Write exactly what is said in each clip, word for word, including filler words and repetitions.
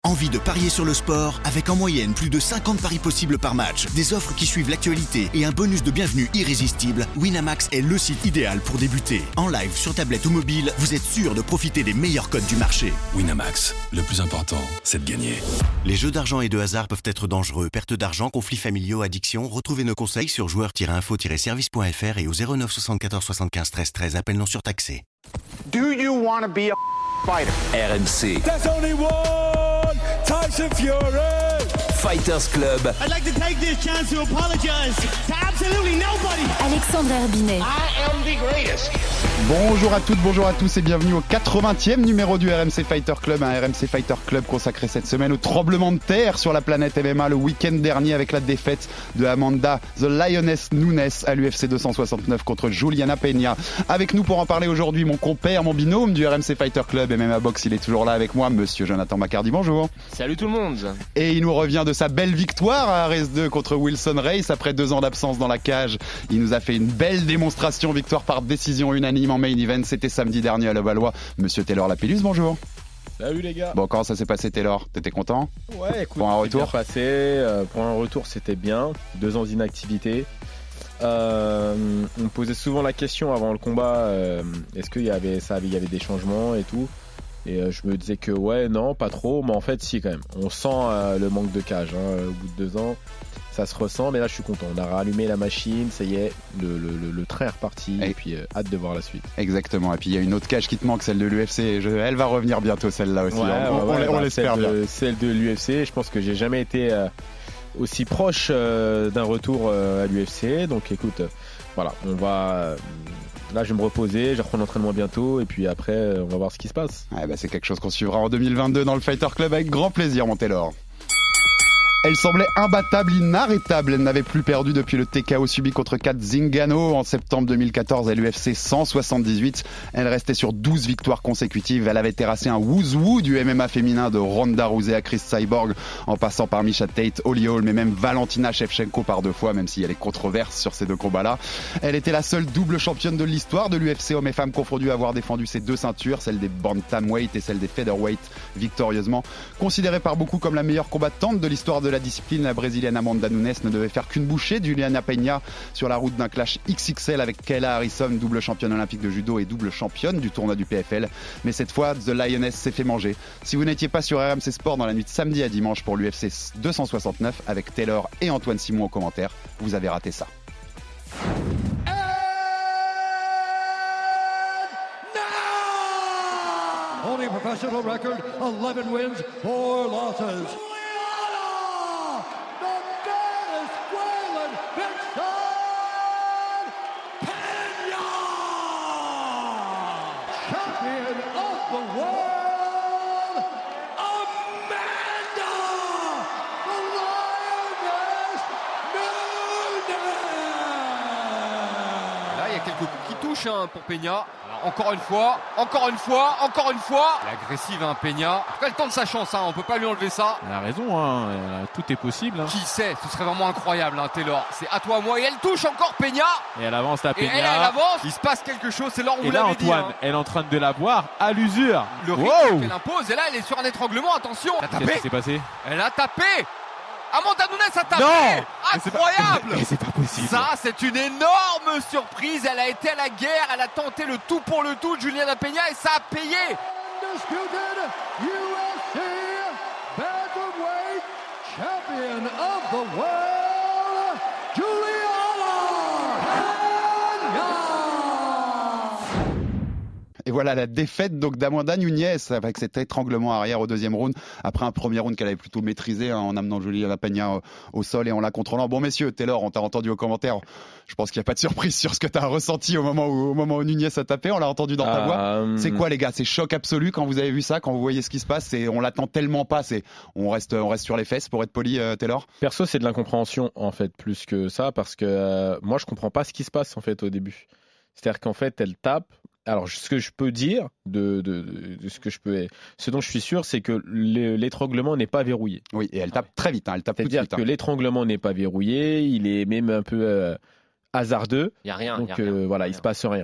Envie de parier sur le sport avec en moyenne plus de cinquante paris possibles par match, des offres qui suivent l'actualité et un bonus de bienvenue irrésistible? Winamax est le site idéal pour débuter. En live, sur tablette ou mobile, vous êtes sûr de profiter des meilleurs codes du marché. Winamax, le plus important, c'est de gagner. Les jeux d'argent et de hasard peuvent être dangereux. Perte d'argent, conflits familiaux, addiction. Retrouvez nos conseils sur joueurs tiret info tiret service point f r et au zéro neuf soixante-quatorze soixante-quinze treize treize. Appel non surtaxé. Do you want to be a fighter? R M C. There's only one Tyson Fury. Fighters Club. I'd like to take this chance to apologize to absolutely nobody. Alexandre Herbinet. I am the greatest. Bonjour à toutes, bonjour à tous et bienvenue au quatre-vingtième numéro du R M C Fighter Club, un R M C Fighter Club consacré cette semaine au tremblement de terre sur la planète M M A le week-end dernier avec la défaite de Amanda The Lioness Nunes à l'U F C deux cent soixante-neuf contre Juliana Peña. Avec nous pour en parler aujourd'hui, mon compère, mon binôme du R M C Fighter Club M M A Box, il est toujours là avec moi, monsieur Jonathan Macardy, bonjour. Salut tout le monde. Et il nous revient de sa belle victoire à R S deux contre Wilson Reis après deux ans d'absence dans la cage. Il nous a fait une belle démonstration, victoire par décision unanime en main event, c'était samedi dernier à Levallois. Monsieur Taylor Lapillus, bonjour. Salut les gars. Bon, comment ça s'est passé Taylor? T'étais content? Ouais, écoute, pour un retour bien passé. Euh, pour un retour, c'était bien. Deux ans d'inactivité. Euh, on me posait souvent la question avant le combat, euh, est-ce qu'il y avait ça, il y avait des changements et tout. Et euh, je me disais que ouais, non, pas trop, mais en fait, si quand même. On sent euh, le manque de cage. Hein, au bout de deux ans, ça se ressent. Mais là, je suis content. On a rallumé la machine, ça y est, le, le, le, le train est reparti. Et, et puis, euh, hâte de voir la suite. Exactement. Et puis, il y a une autre cage qui te manque, celle de l'U F C. Je, elle va revenir bientôt, celle-là aussi. Ouais, on ouais, on, ouais, on l'espère celle bien. De, celle de l'U F C. Je pense que j'ai jamais été euh, aussi proche euh, d'un retour euh, à l'U F C. Donc, écoute, euh, voilà, on va. Euh, Là, je vais me reposer, je vais reprendre l'entraînement bientôt et puis après, on va voir ce qui se passe. Ouais, bah, c'est quelque chose qu'on suivra en deux mille vingt-deux dans le Fighter Club avec grand plaisir, mon Taylor. Elle semblait imbattable, inarrêtable. Elle n'avait plus perdu depuis le T K O subi contre Kat Zingano en septembre deux mille quatorze à l'U F C cent soixante-dix-huit. Elle restait sur douze victoires consécutives. Elle avait terrassé un who's who du M M A féminin de Ronda Rousey à Chris Cyborg, en passant par Miesha Tate, Holly Holm mais même Valentina Shevchenko par deux fois, même s'il y a des controverses sur ces deux combats-là. Elle était la seule double championne de l'histoire de l'U F C hommes et femmes confondus à avoir défendu ses deux ceintures, celle des bantamweight et celle des featherweight, victorieusement. Considérée par beaucoup comme la meilleure combattante de l'histoire de la discipline, la brésilienne Amanda Nunes ne devait faire qu'une bouchée du Juliana Peña sur la route d'un clash X X L avec Kayla Harrison, double championne olympique de judo et double championne du tournoi du P F L. Mais cette fois, The Lioness s'est fait manger. Si vous n'étiez pas sur R M C Sport dans la nuit de samedi à dimanche pour l'U F C deux cent soixante-neuf avec Taylor et Antoine Simon aux commentaires, vous avez raté ça. Only professional record, eleven wins, four losses. Quelques coups qui touchent hein, pour Peña. Alors, encore une fois, encore une fois, encore une fois. L'agressive hein, Peña. En tout cas, elle tente sa chance, hein, on peut pas lui enlever ça. Elle a raison, hein, tout est possible. Hein. Qui sait, ce serait vraiment incroyable, hein, Taylor. C'est à toi, moi, et elle touche encore Peña. Et elle avance la Peña. Et elle, elle avance. Il se passe quelque chose, c'est là où vous l'avez dit. Antoine, hein. Elle est en train de la voir à l'usure. Le rythme wow. qu'elle impose, et là, elle est sur un étranglement, attention. Elle a tapé. Qu'est-ce qui s'est passé? Elle a tapé. Amanda Nunes a tapé. Non. Incroyable. Mais c'est pas possible. Ça, c'est une énorme surprise. Elle a été à la guerre. Elle a tenté le tout pour le tout de Juliana Peña et ça a payé. Undisputed U F C Bantamweight Champion of the World, Juliana Peña. Et voilà la défaite donc d'Amanda Nunes avec cet étranglement arrière au deuxième round, après un premier round qu'elle avait plutôt maîtrisé hein, en amenant Juliana Peña au, au sol et en la contrôlant. Bon messieurs, Taylor, on t'a entendu aux commentaires, je pense qu'il n'y a pas de surprise sur ce que t'as ressenti au moment où, au moment où Nunes a tapé, on l'a entendu dans ta euh... voix. C'est quoi les gars? C'est choc absolu quand vous avez vu ça, quand vous voyez ce qui se passe, et on l'attend tellement pas, c'est, on, reste, on reste sur les fesses pour être poli euh, Taylor? Perso c'est de l'incompréhension en fait plus que ça, parce que euh, moi je comprends pas ce qui se passe en fait au début. C'est-à-dire qu'en fait elle tape. Alors, ce que je peux dire, de, de, de, de ce que je peux, ce dont je suis sûr, c'est que l'étranglement n'est pas verrouillé. Oui, et elle tape très vite. Hein, elle tape tout de suite. C'est-à-dire que hein. l'étranglement n'est pas verrouillé, il est même un peu euh, hasardeux. Il y a rien. Donc y a rien. Euh, voilà, y a il se passe rien.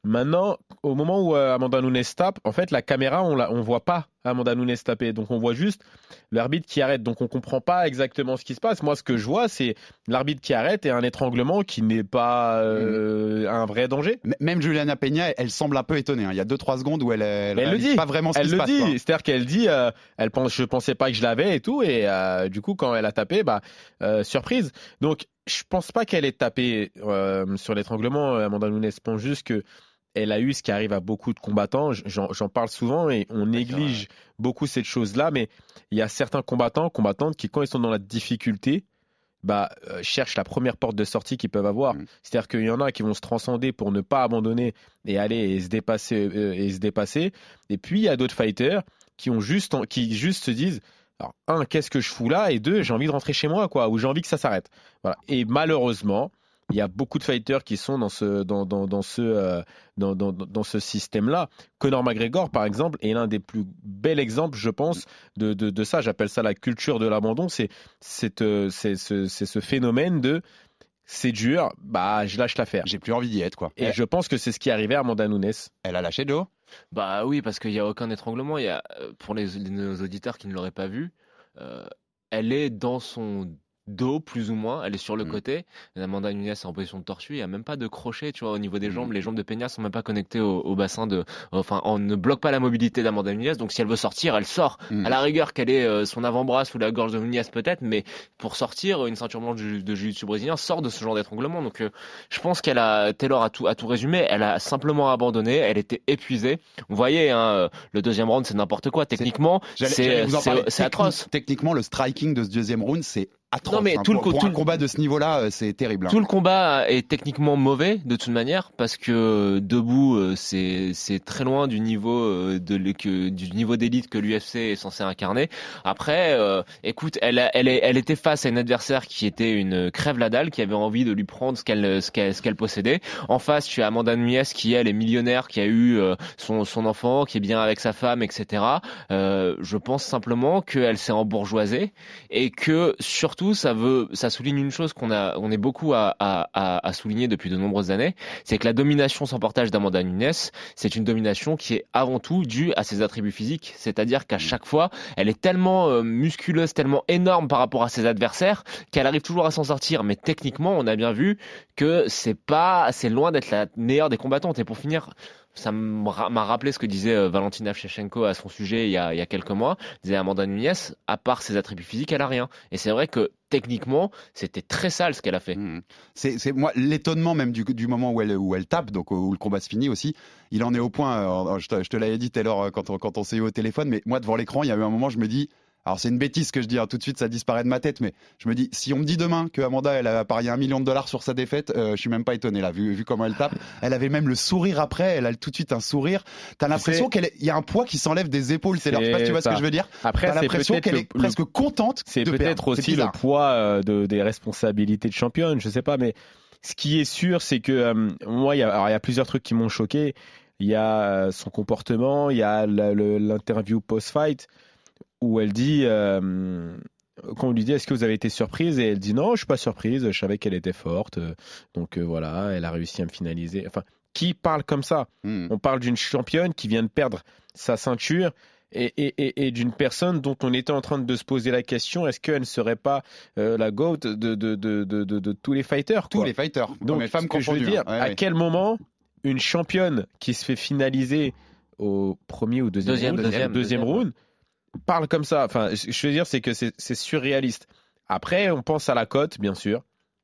Maintenant, au moment où euh, Amanda Nunes tape, en fait, la caméra, on la, on voit pas Amanda Nunes taper. Donc, on voit juste l'arbitre qui arrête. Donc, on comprend pas exactement ce qui se passe. Moi, ce que je vois, c'est l'arbitre qui arrête et un étranglement qui n'est pas euh, mmh. un vrai danger. Même Juliana Peña, elle semble un peu étonnée. Hein. Il y a deux trois secondes où elle, elle, elle réalise le dit. Pas vraiment ce elle qui le se passe. dit. Quoi. C'est-à-dire qu'elle dit, euh, elle pense, je pensais pas que je l'avais et tout. Et euh, du coup, quand elle a tapé, bah, euh, surprise. Donc, je pense pas qu'elle ait tapé euh, sur l'étranglement. Amanda Nunes pense juste que elle a eu ce qui arrive à beaucoup de combattants. J'en, j'en parle souvent et on néglige beaucoup cette chose-là. Mais il y a certains combattants, combattantes qui, quand ils sont dans la difficulté, bah, euh, cherchent la première porte de sortie qu'ils peuvent avoir. Mmh. C'est-à-dire qu'il y en a qui vont se transcender pour ne pas abandonner et aller et se dépasser. Euh, et, se dépasser. Et puis, il y a d'autres fighters qui, ont juste, qui juste se disent alors, un, qu'est-ce que je fous là ? Et deux, j'ai envie de rentrer chez moi, quoi, ou j'ai envie que ça s'arrête. Voilà. Et malheureusement, il y a beaucoup de fighters qui sont dans ce, dans, dans, dans ce, euh, dans, dans, dans ce système-là. Conor McGregor, par exemple, est l'un des plus bels exemples, je pense, de, de, de ça. J'appelle ça la culture de l'abandon. C'est, c'est, euh, c'est, c'est, c'est ce phénomène de c'est dur, bah je lâche l'affaire. J'ai plus envie d'y être, quoi. Et elle... je pense que c'est ce qui est arrivé à Amanda Nunes. Elle a lâché Joe ? Bah oui, parce qu'il n'y a aucun étranglement. Il y a, pour les, nos auditeurs qui ne l'auraient pas vu, euh, elle est dans son dos, plus ou moins. Elle est sur le mmh. côté. Amanda Nunes est en position de tortue. Il n'y a même pas de crochet, tu vois, au niveau des jambes. Mmh. Les jambes de Peña sont même pas connectées au, au bassin de. Enfin, on ne bloque pas la mobilité d'Amanda Nunes. Donc, si elle veut sortir, elle sort. Mmh. À la rigueur, qu'elle ait euh, son avant-bras sous la gorge de Nunes, peut-être. Mais pour sortir, une ceinture blanche de, de jiu-jitsu brésilien sort de ce genre d'étranglement. Donc, euh, je pense qu'elle a. Taylor a tout, a tout résumé. Elle a simplement abandonné. Elle était épuisée. Vous voyez, hein, le deuxième round, c'est n'importe quoi. Techniquement, c'est, c'est, c'est, c'est atroce. Techniquement, le striking de ce deuxième round, c'est atroce. Non, mais hein, tout pour, le, pour tout un combat de ce niveau-là, c'est terrible. Hein. Tout le combat est techniquement mauvais de toute manière parce que debout, c'est c'est très loin du niveau de que, du niveau d'élite que l'U F C est censé incarner. Après, euh, écoute, elle elle elle était face à une adversaire qui était une crève la dalle, qui avait envie de lui prendre ce qu'elle ce qu'elle ce qu'elle possédait. En face, tu as Amanda Nunes qui elle est millionnaire, qui a eu son son enfant, qui est bien avec sa femme, et cetera. Euh, je pense simplement qu'elle s'est embourgeoisée et que surtout ça veut, ça souligne une chose qu'on a, on est beaucoup à, à, à souligner depuis de nombreuses années, c'est que la domination sans portage d'Amanda Nunes, c'est une domination qui est avant tout due à ses attributs physiques. C'est-à-dire qu'à chaque fois, elle est tellement euh, musculeuse, tellement énorme par rapport à ses adversaires, qu'elle arrive toujours à s'en sortir. Mais techniquement, on a bien vu que c'est pas, c'est loin d'être la meilleure des combattantes. Et pour finir, ça m'a rappelé ce que disait Valentina Shevchenko à son sujet il y a, il y a quelques mois. Elle disait Amanda Nunes, à part ses attributs physiques, elle a rien. Et c'est vrai que techniquement, c'était très sale ce qu'elle a fait. Mmh. C'est, c'est moi l'étonnement même du, du moment où elle, où elle tape, donc où le combat se finit aussi. Il en est au point. Alors, je, te, je te l'avais dit Taylor quand on, quand on s'est eu au téléphone, mais moi devant l'écran, il y a eu un moment, je me dis. Alors c'est une bêtise que je dis, hein, tout de suite ça disparaît de ma tête, mais je me dis, si on me dit demain que Amanda elle a parié un million de dollars sur sa défaite, euh, je suis même pas étonné là, vu, vu comment elle tape. Elle avait même le sourire après, elle a tout de suite un sourire. T'as l'impression qu'il y a un poids qui s'enlève des épaules, c'est, je sais pas si tu vois ça. Ce que je veux dire. Après, t'as l'impression qu'elle le, est presque le, contente c'est de peut-être perdre. aussi le poids de, des responsabilités de championne, je sais pas, mais ce qui est sûr, c'est que euh, moi, il y a, alors, il y a plusieurs trucs qui m'ont choqué. Il y a son comportement, il y a le, le, l'interview post-fight, où elle dit, euh, quand on lui dit est-ce que vous avez été surprise, et elle dit non, je suis pas surprise, je savais qu'elle était forte, donc euh, voilà, elle a réussi à me finaliser. Enfin, qui parle comme ça ? mmh. On parle d'une championne qui vient de perdre sa ceinture et, et, et, et d'une personne dont on était en train de se poser la question, est-ce qu'elle ne serait pas euh, la GOAT de, de, de, de, de, de, de tous les fighters, quoi. Tous les fighters, donc les femmes que je veux dire, ouais, à ouais. quel moment une championne qui se fait finaliser au premier ou deuxième, deuxième, round, deuxième, deuxième, deuxième round parle comme ça. Enfin, je veux dire, c'est que c'est, c'est surréaliste. Après, on pense à la cote, bien sûr,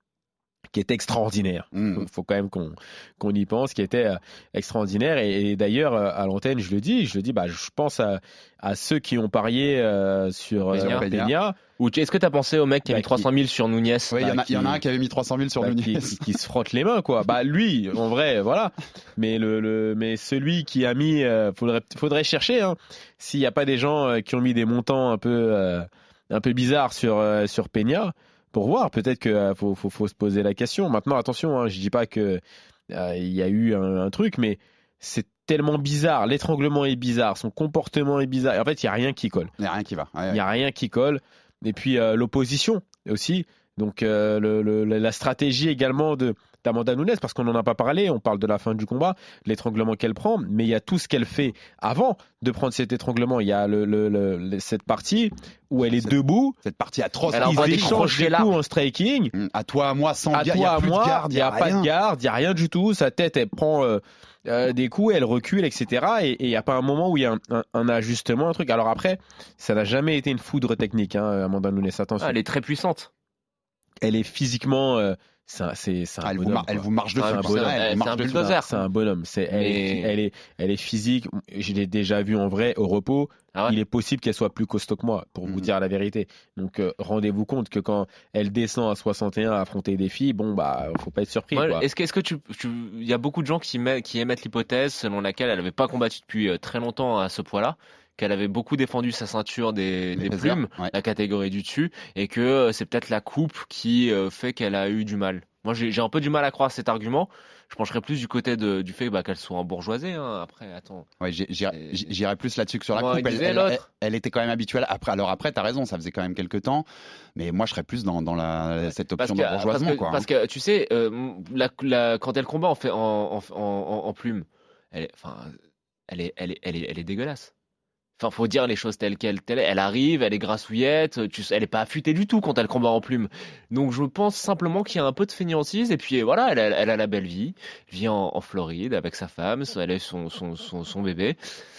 qui est extraordinaire. Il mmh. faut, faut quand même qu'on, qu'on y pense, qui était euh, extraordinaire. Et, et d'ailleurs, euh, à l'antenne, je le dis, je le dis, bah, je pense à, à ceux qui ont parié euh, sur euh, Peña. Ou est-ce que tu as pensé au mec qui a mis bah, trois cent mille sur Nunes ? Oui, il bah, y, y en a un qui avait mis trois cent mille sur bah, Nunes. Qui, qui, qui se frotte les mains, quoi. Bah, lui, en vrai, voilà. Mais, le, le, mais celui qui a mis, euh, faudrait, faudrait chercher, hein, s'il n'y a pas des gens euh, qui ont mis des montants un peu, euh, un peu bizarres sur, euh, sur Peña, pour voir. Peut-être qu'il euh, faut, faut, faut se poser la question. Maintenant, attention, hein, je dis pas que euh, il y a eu un, un truc, mais c'est tellement bizarre. L'étranglement est bizarre, son comportement est bizarre. Et en fait, il n'y a rien qui colle. Il n'y a rien qui va. Il ouais, n'y a ouais. rien qui colle. Et puis euh, l'opposition aussi. Donc euh, le, le, la stratégie également de, d'Amanda Nunes, parce qu'on n'en a pas parlé, on parle de la fin du combat, l'étranglement qu'elle prend, mais il y a tout ce qu'elle fait avant de prendre cet étranglement. Il y a le, le, le, cette partie où elle est cette, début. Cette partie atroce. Elle envoie des crochets des coups en striking. À toi, à moi, sans à garde, il n'y a plus moi, de garde, il n'y a, a pas de garde, il n'y a rien du tout. Sa tête, elle prend euh, euh, des coups, elle recule, et cetera. Et il n'y a pas un moment où il y a un, un, un ajustement, un truc. Alors après, ça n'a jamais été une foudre technique, hein, Amanda Nunes, attention. Ah, elle est très puissante. Elle est physiquement... Euh, C'est un, c'est, c'est un elle, bonhomme, vous mar- elle vous marche dessus. C'est un bonhomme. Elle, c'est un bulldozer. C'est un bonhomme. C'est, elle, Mais... est, elle, est, elle est physique. Je l'ai déjà vu en vrai au repos. Ah ouais. Il est possible qu'elle soit plus costaud que moi, pour mmh. vous dire la vérité. Donc euh, rendez-vous compte que quand elle descend à soixante et un à affronter des filles, bon bah faut pas être surpris. Ouais, quoi. Est-ce que, est-ce que tu, tu, il y a beaucoup de gens qui, met, qui émettent l'hypothèse selon laquelle elle n'avait pas combattu depuis très longtemps à ce poids-là, qu'elle avait beaucoup défendu sa ceinture des, des plumes, ouais. la catégorie du dessus, et que euh, c'est peut-être la coupe qui euh, fait qu'elle a eu du mal. Moi, j'ai, j'ai un peu du mal à croire cet argument. Je pencherais plus du côté de, du fait bah, qu'elle soit embourgeoisée. Hein. Après, attends. Ouais, j'irais, j'irais plus là-dessus que sur la moi, coupe. Elle, elle, elle, elle était quand même habituelle. Après, alors après, t'as raison, ça faisait quand même quelques temps. Mais moi, je serais plus dans, dans la, cette option parce que, d'embourgeoisement. Parce que, quoi, parce hein. que tu sais, euh, la, la, quand elle combat en, fait, en, en, en, en plume, elle, enfin, elle est, elle est, elle est, elle est dégueulasse. Enfin, faut dire les choses telles quelles. Telles. Elle arrive, elle est grassouillette, tu, elle est pas affûtée du tout quand elle combat en plume. Donc, je pense simplement qu'il y a un peu de fainéantise. Et puis, voilà, elle a, elle a la belle vie. Elle vit en, en Floride avec sa femme, elle a son, son, son, son bébé.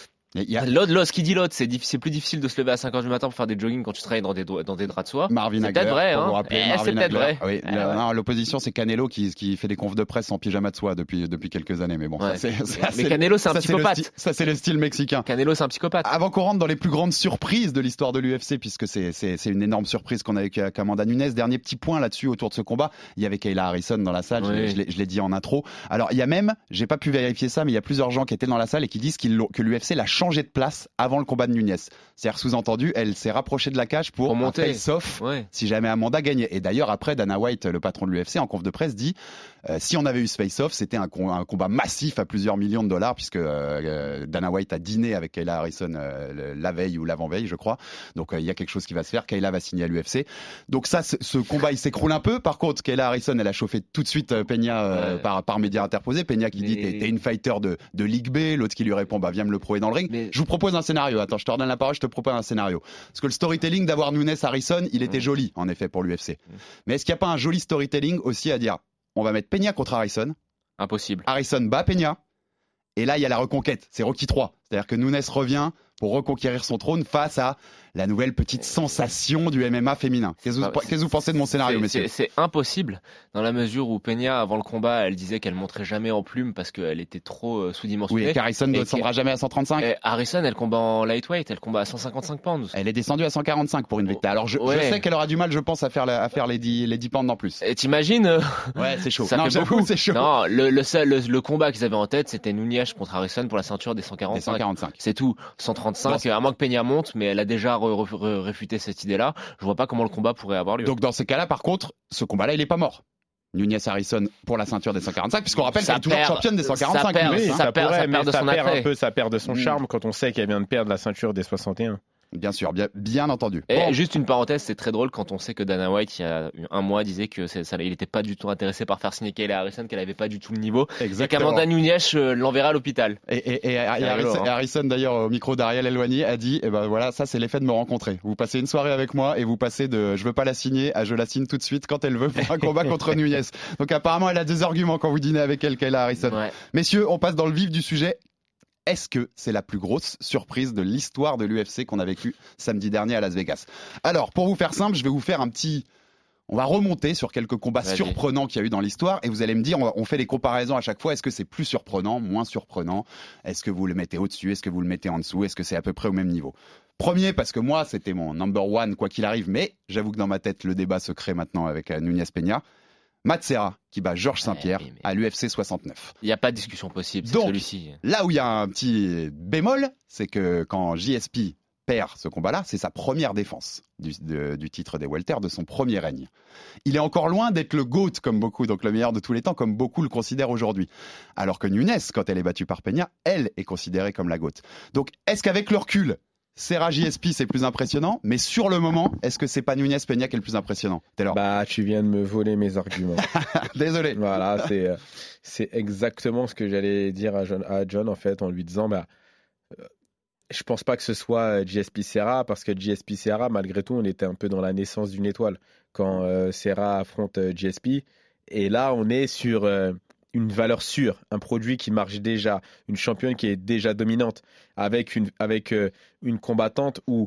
Y a... L'autre, l'autre, ce qui dit l'autre, c'est, difficile, c'est plus difficile de se lever à cinq heures du matin pour faire des jogging quand tu travailles dans des, dans des draps de soie. Marvin c'est Hagler, peut-être vrai, hein. Rappeler, eh, c'est peut-être vrai. Oui, eh, le, ouais. non, l'opposition, c'est Canelo qui, qui fait des confs de presse en pyjama de soie depuis, depuis quelques années. Mais bon, ouais. ça, c'est, ça, mais c'est, Canelo, c'est un ça, psychopathe. C'est style, ça, c'est le style mexicain. Canelo, c'est un psychopathe. Avant qu'on rentre dans les plus grandes surprises de l'histoire de l'U F C, puisque c'est, c'est, c'est une énorme surprise qu'on a avec Amanda Nunes. Dernier petit point là-dessus autour de ce combat. Il y avait Kayla Harrison dans la salle. Oui. Je, l'ai, je l'ai dit en intro. Alors, il y a même, j'ai pas pu vérifier ça, mais il y a plusieurs gens qui étaient dans la salle et qui disent qu'il, que l'U F C l'a changé de place avant le combat de Nunes. C'est-à-dire, sous-entendu, elle s'est rapprochée de la cage pour, pour monter. Un face-off ouais. si jamais Amanda gagnait. Et d'ailleurs, après, Dana White, le patron de l'U F C, en conf de presse, dit euh, si on avait eu ce face-off, c'était un, com- un combat massif à plusieurs millions de dollars, puisque euh, Dana White a dîné avec Kayla Harrison euh, la veille ou l'avant-veille, je crois. Donc, il euh, y a quelque chose qui va se faire. Kayla va signer à l'U F C. Donc ça, c- ce combat, il s'écroule un peu. Par contre, Kayla Harrison, elle a chauffé tout de suite euh, Peña euh, ouais. par, par médias interposés. Peña qui Mais... dit t'es, t'es une fighter de, de Ligue B. L'autre qui lui répond bah viens me le prouver dans le ring. Mais... Je vous propose un scénario. Attends, je te redonne la parole, je te propose un scénario. Parce que le storytelling d'avoir Nunes Harrison, il était mmh. joli, en effet, pour l'U F C. Mmh. Mais est-ce qu'il n'y a pas un joli storytelling aussi à dire on va mettre Peña contre Harrison. Impossible. Harrison bat Peña. Et là, il y a la reconquête. C'est Rocky trois. C'est-à-dire que Nunes revient pour reconquérir son trône face à la nouvelle petite sensation du M M A féminin. Qu'est-ce que vous, qu'est-ce que vous pensez de mon scénario, c'est, messieurs ? c'est, c'est impossible, dans la mesure où Peña, avant le combat, elle disait qu'elle montrait jamais en plume parce qu'elle était trop euh, sous-dimensionnée. Oui, et qu'Harrison ne descendra jamais à cent trente-cinq. Et Harrison, elle combat en lightweight, elle combat à cent cinquante-cinq pounds. Elle est descendue à cent quarante-cinq pour une victoire. Alors, je, ouais. je sais qu'elle aura du mal, je pense, à faire, la, à faire les dix, les dix pounds en plus. Et t'imagines euh... Ouais, c'est chaud. Ça non, fait j'avoue, beaucoup. c'est chaud. Non, le, le, seul, le, le combat qu'ils avaient en tête, c'était Nunez contre Harrison pour la ceinture des cent quarante-cinq. Des cent quarante-cinq. C'est tout. cent trente-cinq, bon, à moins que Peña monte, mais elle a déjà re, re, re, réfuté cette idée-là. Je vois pas comment le combat pourrait avoir lieu. Donc dans ces cas-là, par contre, ce combat-là, il est pas mort. Nunes Harrison pour la ceinture des cent quarante-cinq, puisqu'on rappelle qu'elle est toujours championne des cent quarante-cinq. Ça perd, oui, ça, ça, perd, pourrait, ça perd de ça son perd attrait. un peu, ça perd de son charme mmh. quand on sait qu'elle vient de perdre la ceinture des soixante et un. Bien sûr, bien, bien entendu. Et bon. Juste une parenthèse, c'est très drôle quand on sait que Dana White, il y a un mois, disait que c'est, ça, il n'était pas du tout intéressé par faire signer Kayla Harrison, qu'elle n'avait pas du tout le niveau. Exactement. Et qu'Amanda Nunes euh, l'enverra à l'hôpital. Et, et, et, et Harrison, hein. Harrison, d'ailleurs, au micro d'Ariel Elwani, a dit, eh ben voilà, ça c'est l'effet de me rencontrer. Vous passez une soirée avec moi et vous passez de je veux pas la signer à je la signe tout de suite quand elle veut pour un combat contre Nunes. Donc apparemment, elle a des arguments quand vous dînez avec elle, Kayla Harrison. Ouais. Messieurs, on passe dans le vif du sujet. Est-ce que c'est la plus grosse surprise de l'histoire de l'U F C qu'on a vécu samedi dernier à Las Vegas ? Alors, pour vous faire simple, je vais vous faire un petit... On va remonter sur quelques combats Vas-y. surprenants qu'il y a eu dans l'histoire et vous allez me dire, on, va, on fait les comparaisons à chaque fois. Est-ce que c'est plus surprenant, moins surprenant ? Est-ce que vous le mettez au-dessus ? Est-ce que vous le mettez en dessous ? Est-ce que c'est à peu près au même niveau ? Premier, parce que moi, c'était mon number one, quoi qu'il arrive, mais j'avoue que dans ma tête, le débat se crée maintenant avec Nunes Peña. Matt Serra qui bat Georges Saint-Pierre ouais, oui, à l'U F C soixante-neuf. Il n'y a pas de discussion possible, c'est Donc, celui-ci. Là où il y a un petit bémol, c'est que quand J S P perd ce combat-là, c'est sa première défense du, de, du titre des welter, de son premier règne. Il est encore loin d'être le GOAT comme beaucoup, donc le meilleur de tous les temps, comme beaucoup le considèrent aujourd'hui. Alors que Nunes, quand elle est battue par Peña, elle est considérée comme la GOAT. Donc est-ce qu'avec le recul, Serra J S P, c'est plus impressionnant, mais sur le moment, est-ce que c'est pas Nunes Peña qui est le plus impressionnant, Taylor? Bah, tu viens de me voler mes arguments. Désolé. Voilà, c'est, c'est exactement ce que j'allais dire à John, à John en fait, en lui disant, bah, euh, je pense pas que ce soit J S P Serra, parce que J S P Serra, malgré tout, on était un peu dans la naissance d'une étoile quand euh, Serra affronte euh, J S P. Et là, on est sur euh, une valeur sûre, un produit qui marche déjà, une championne qui est déjà dominante, avec une, avec, euh, une combattante où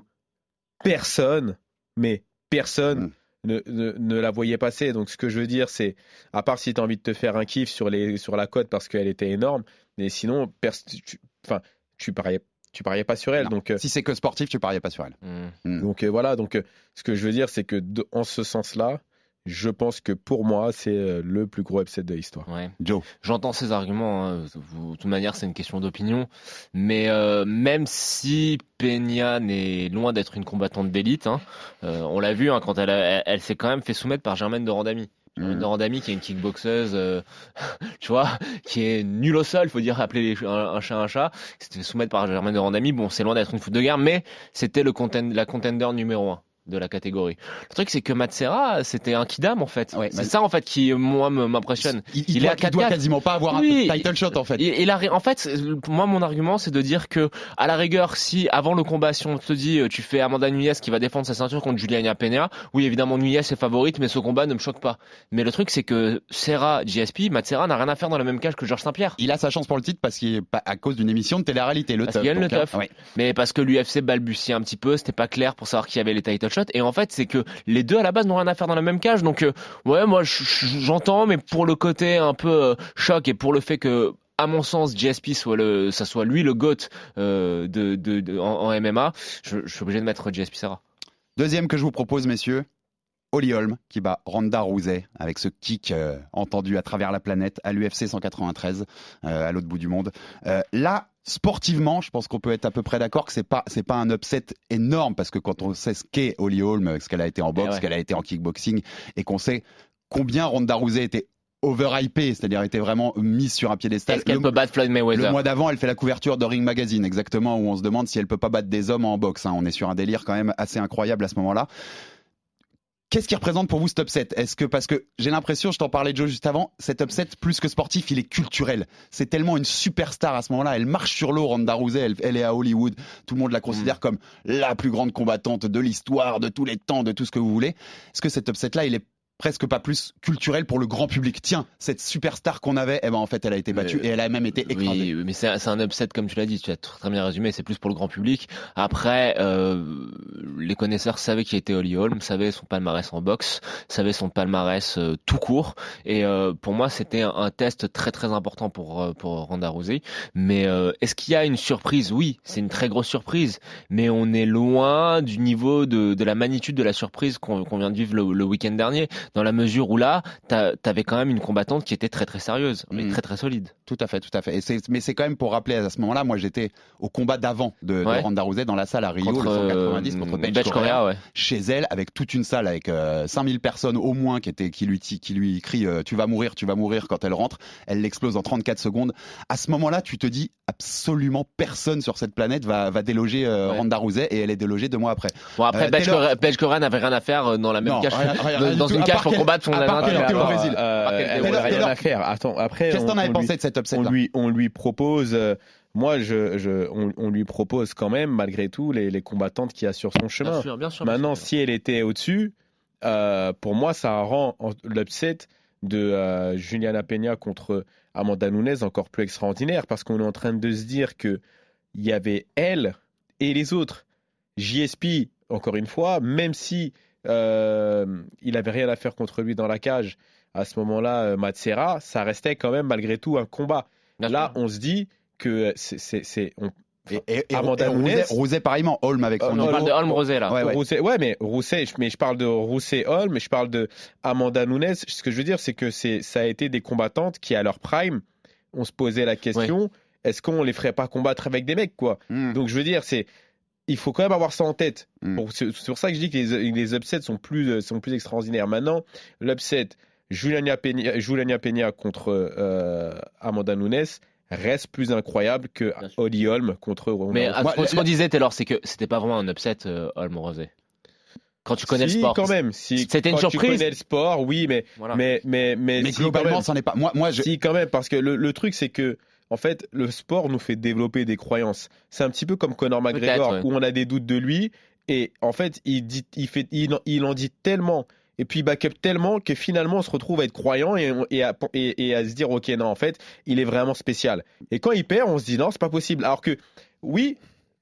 personne, mais personne, mmh. ne, ne, ne la voyait passer. Donc, ce que je veux dire, c'est, à part si tu as envie de te faire un kiff sur, les, sur la cote parce qu'elle était énorme, mais sinon, pers- tu, enfin, tu pariais tu pariais pas sur elle. Donc, euh, si c'est que sportif, tu pariais pas sur elle. Mmh. Donc euh, voilà, donc euh, ce que je veux dire, c'est que de, en ce sens-là, je pense que pour moi, c'est euh, le plus gros upset de l'histoire. Ouais. Joe. J'entends ces arguments. Hein. De toute manière, c'est une question d'opinion. Mais euh, même si Peña n'est loin d'être une combattante d'élite, hein, euh, on l'a vu hein, quand elle, a, elle, elle s'est quand même fait soumettre par Germaine de Randami. Mmh. De Randami qui est une kickboxeuse, euh, tu vois, qui est nulle au sol, faut dire appeler les, un, un chat un chat. C'était soumettre par Germaine de Randami. Bon, c'est loin d'être une foot de guerre, mais c'était le content, la contender numéro un de la catégorie. Le truc, c'est que Matt Serra, c'était un kidam, en fait. Ouais, c'est ça, en fait, qui, moi, m'impressionne. Il, il, il, doit, il doit quasiment pas avoir oui, un title shot, en fait. Et, et la, en fait, moi, mon argument, c'est de dire que, à la rigueur, si, avant le combat, si on te dit, tu fais Amanda Nunes qui va défendre sa ceinture contre Juliana Peña, oui, évidemment, Nunes est favorite, mais ce combat ne me choque pas. Mais le truc, c'est que Serra, J S P, Matt Serra n'a rien à faire dans la même cage que Georges Saint-Pierre. Il a sa chance pour le titre parce qu'il est à cause d'une émission de télé-réalité, le parce teuf. Qu'il y a le teuf. Ouais. Mais parce que l'U F C balbutiait un petit peu, c'était pas clair pour savoir qui avait les title shots. Et en fait, c'est que les deux à la base n'ont rien à faire dans la même cage, donc euh, ouais, moi j'entends, mais pour le côté un peu euh, choc et pour le fait que, à mon sens, J S P soit le, ça soit lui le GOAT euh, de, de, de en, en M M A, je, je suis obligé de mettre J S P Serra. Deuxième que je vous propose, messieurs, Holly Holm qui bat Ronda Rousey avec ce kick euh, entendu à travers la planète à l'U F C cent quatre-vingt-treize, euh, à l'autre bout du monde. Euh, là. Sportivement, je pense qu'on peut être à peu près d'accord que c'est pas c'est pas un upset énorme parce que quand on sait ce qu'est Holly Holm, ce qu'elle a été en boxe, ouais. ce qu'elle a été en kickboxing, et qu'on sait combien Ronda Rousey était overhypée, c'est-à-dire était vraiment mise sur un piédestal. Est-ce qu'elle le, peut battre Floyd Mayweather? Le mois d'avant, elle fait la couverture de Ring Magazine, exactement, où on se demande si elle peut pas battre des hommes en boxe. Hein. On est sur un délire quand même assez incroyable à ce moment-là. Qu'est-ce qui représente pour vous cet upset? Est-ce que, parce que j'ai l'impression, je t'en parlais Joe juste avant, cet upset plus que sportif, il est culturel. C'est tellement une superstar à ce moment-là. Elle marche sur l'eau, Ronda Rousey, elle, elle est à Hollywood. Tout le monde la considère mmh. comme la plus grande combattante de l'histoire, de tous les temps, de tout ce que vous voulez. Est-ce que cet upset-là, il est presque pas plus culturel pour le grand public? Tiens, cette superstar qu'on avait, eh ben en fait, elle a été battue mais, et elle a même été écrasée. Oui, mais c'est, c'est un upset comme tu l'as dit, tu as très bien résumé. C'est plus pour le grand public. Après, euh, les connaisseurs savaient qui était Holly Holm, savaient son palmarès en boxe, savaient son palmarès euh, tout court. Et euh, pour moi, c'était un, un test très très important pour pour Ronda Rousey. Mais euh, est-ce qu'il y a une surprise? Oui, c'est une très grosse surprise. Mais on est loin du niveau de de la magnitude de la surprise qu'on, qu'on vient de vivre le, le week-end dernier. Dans la mesure où là, t'avais quand même une combattante qui était très très sérieuse, mais mmh. très très solide. Tout à fait, tout à fait. Et c'est, mais c'est quand même pour rappeler à ce moment-là, moi j'étais au combat d'avant de, ouais. de Ronda Rousey dans la salle à Rio, contre, le cent quatre-vingt-dix contre Betch Correa, Correa ouais. chez elle, avec toute une salle avec euh, cinq mille personnes au moins qui étaient qui lui qui lui crient euh, tu vas mourir, tu vas mourir quand elle rentre. Elle l'explose en trente-quatre secondes. À ce moment-là, tu te dis absolument personne sur cette planète va va déloger euh, ouais. Ronda Rousey et elle est délogée deux mois après. Bon après, euh, Betch Correa n'avait rien à faire dans la même non, cage, rien, rien, dans une cage pour combattre son adversaire au Brésil. Elle n'a rien à faire. Attends, après, qu'est-ce que t'en avais pensé de cet upset là? On lui, on lui propose, euh, moi, je, je, on, on lui propose quand même, malgré tout, les, les combattantes qu'il y a sur son chemin. Bien sûr, bien sûr, Maintenant, bien sûr. si elle était au-dessus, euh, pour moi, ça rend l'upset de euh, Juliana Peña contre Amanda Nunes encore plus extraordinaire, parce qu'on est en train de se dire que il y avait elle et les autres. J S P, encore une fois, même si euh, il avait rien à faire contre lui dans la cage. À ce moment-là, Matt Serra, ça restait quand même malgré tout un combat. Bien Là, sûr. On se dit que c'est, c'est, c'est on, et, et, et Amanda Nunes, Rousey pareillement, Holm avec son. Euh, on parle de Holm Rousey là. Ouais, ouais. Rousey, ouais, mais Rousey, mais je parle de Rousey Holm, mais je parle de Amanda Nunes. Ce que je veux dire, c'est que c'est, ça a été des combattantes qui, à leur prime, on se posait la question ouais. est-ce qu'on les ferait pas combattre avec des mecs, quoi. Mm. Donc je veux dire, c'est il faut quand même avoir ça en tête. Mm. Pour, c'est, c'est pour ça que je dis que les, les upsets sont plus, sont plus extraordinaires. Maintenant, l'upset Juliana Peña, Juliana Peña contre euh, Amanda Nunes, reste plus incroyable que Holly Holm contre Ronda Mais Rousey. moi, ce qu'on disait Taylor, c'est que c'était pas vraiment un upset, euh, Holm Rousey. Quand tu connais si, le sport, quand même. Si, c'était une quand surprise. Tu connais le sport, oui, mais voilà. mais mais mais, Mais si, globalement, c'en est pas. Moi, moi, je... si quand même, parce que le, le truc, c'est que en fait, le sport nous fait développer des croyances. C'est un petit peu comme Conor McGregor, ouais. où on a des doutes de lui, et en fait, il dit, il fait, il, il en dit tellement. Et puis il back up tellement que finalement on se retrouve à être croyant et, et, à, et, et à se dire ok non en fait il est vraiment spécial. Et quand il perd on se dit non c'est pas possible. Alors que oui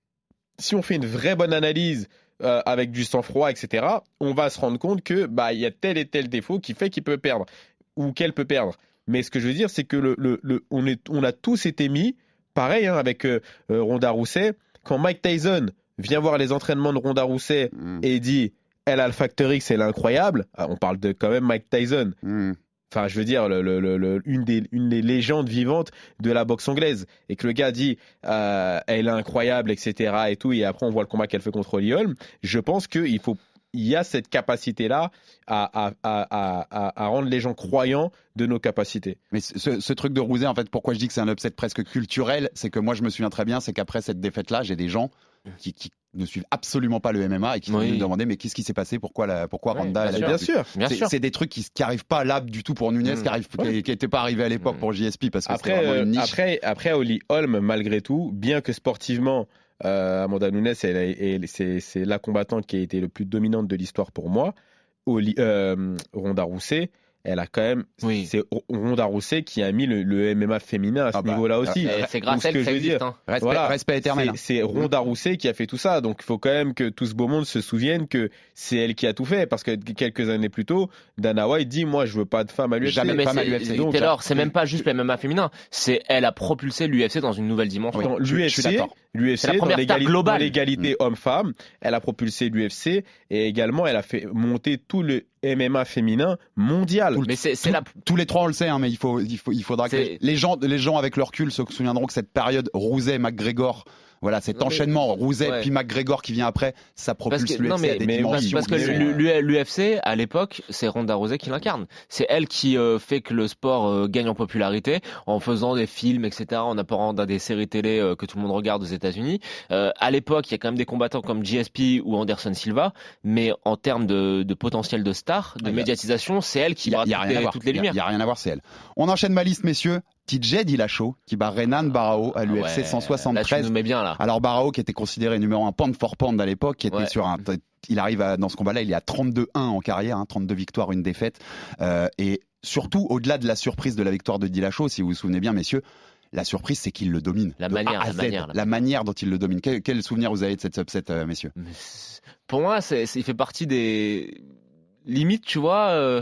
si on fait une vraie bonne analyse euh, avec du sang-froid et cetera on va se rendre compte que bah il y a tel et tel défaut qui fait qu'il peut perdre ou qu'elle peut perdre. Mais ce que je veux dire c'est que le, le, le, on, est, on a tous été mis pareil hein, avec euh, euh, Ronda Rousey quand Mike Tyson vient voir les entraînements de Ronda Rousey mmh. et dit elle a le facteur X, elle est incroyable. Ah, on parle de quand même Mike Tyson. Mm. Enfin, je veux dire, le, le, le, une, des, une des légendes vivantes de la boxe anglaise. Et que le gars dit, euh, elle est incroyable, et cetera. Et tout. Et après, on voit le combat qu'elle fait contre Holly Holm. Je pense qu'il faut, il y a cette capacité-là à, à, à, à, à rendre les gens croyants de nos capacités. Mais ce, ce truc de Rousey, en fait, pourquoi je dis que c'est un upset presque culturel, c'est que moi, je me souviens très bien, c'est qu'après cette défaite-là, j'ai des gens qui, qui ne suivent absolument pas le M M A et qui oui. me demandaient mais qu'est-ce qui s'est passé, pourquoi la, pourquoi oui, Ronda bien, bien sûr, bien c'est, sûr. C'est des trucs qui qui arrivent pas là du tout pour Nunez, mmh. qui arrivent ouais. qui n'étaient pas arrivés à l'époque mmh. pour J S P parce que après, c'était vraiment une niche. Après après Holly Holm malgré tout, bien que sportivement euh, Amanda Nunes elle, elle, elle, c'est c'est la combattante qui a été le plus dominante de l'histoire pour moi. Holly, euh, Ronda Rousey elle a quand même, oui. c'est Ronda Rousey qui a mis le, le M M A féminin à ce ah bah, niveau-là aussi. C'est, c'est grâce à elle que, que ça existe. Hein. Respect, voilà, respect éternel. C'est, c'est Ronda Rousey qui a fait tout ça. Donc il faut quand même que tout ce beau monde se souvienne que c'est elle qui a tout fait. Parce que quelques années plus tôt, Dana White dit moi je veux pas de femme à l'U F C. Jamais mais femme à l'U F C. Donc, Taylor, c'est même pas juste le M M A féminin. C'est elle a propulsé l'U F C dans une nouvelle dimension. Dans l'U F C, l'U F C dans l'égalité, dans l'égalité mmh. homme-femme, elle a propulsé l'U F C et également elle a fait monter tout le M M A féminin mondial. Mais c'est, c'est tout, la... tous les trois on le sait, hein, mais il faut, il faut, il faudra c'est... que les, les gens, les gens avec leur recul se souviendront que cette période Rousey, McGregor, voilà, cet non, enchaînement mais... Rousey ouais. puis McGregor qui vient après, ça propulse l'U F C à des mais dimensions. Parce que l'U F C à l'époque, c'est Ronda Rousey qui l'incarne. C'est elle qui euh, fait que le sport euh, gagne en popularité en faisant des films, et cetera, en apportant dans des séries télé euh, que tout le monde regarde aux États-Unis. Euh, à l'époque, il y a quand même des combattants comme J S P ou Anderson Silva, mais en termes de, de potentiel de star, de ah, médiatisation, c'est elle qui va toutes, toutes les lumières. Il y a rien à voir, c'est elle. On enchaîne ma liste, messieurs. T J Dillashaw qui bat Renan Barao à l'U F C ouais, cent soixante-treize. Là, tu nous mets bien, là. Alors Barao qui était considéré numéro un pound for pound à l'époque, qui était ouais. sur un, il arrive à, dans ce combat-là, il est à trente-deux un en carrière, hein, trente-deux victoires, une défaite, euh, et surtout au-delà de la surprise de la victoire de Dillashaw, si vous vous souvenez bien, messieurs. La surprise, c'est qu'il le domine. La manière, la manière, la manière dont il le domine. Quel, quel souvenir vous avez de cette upset, euh, messieurs? Pour moi, c'est, c'est, il fait partie des limites, tu vois. Euh,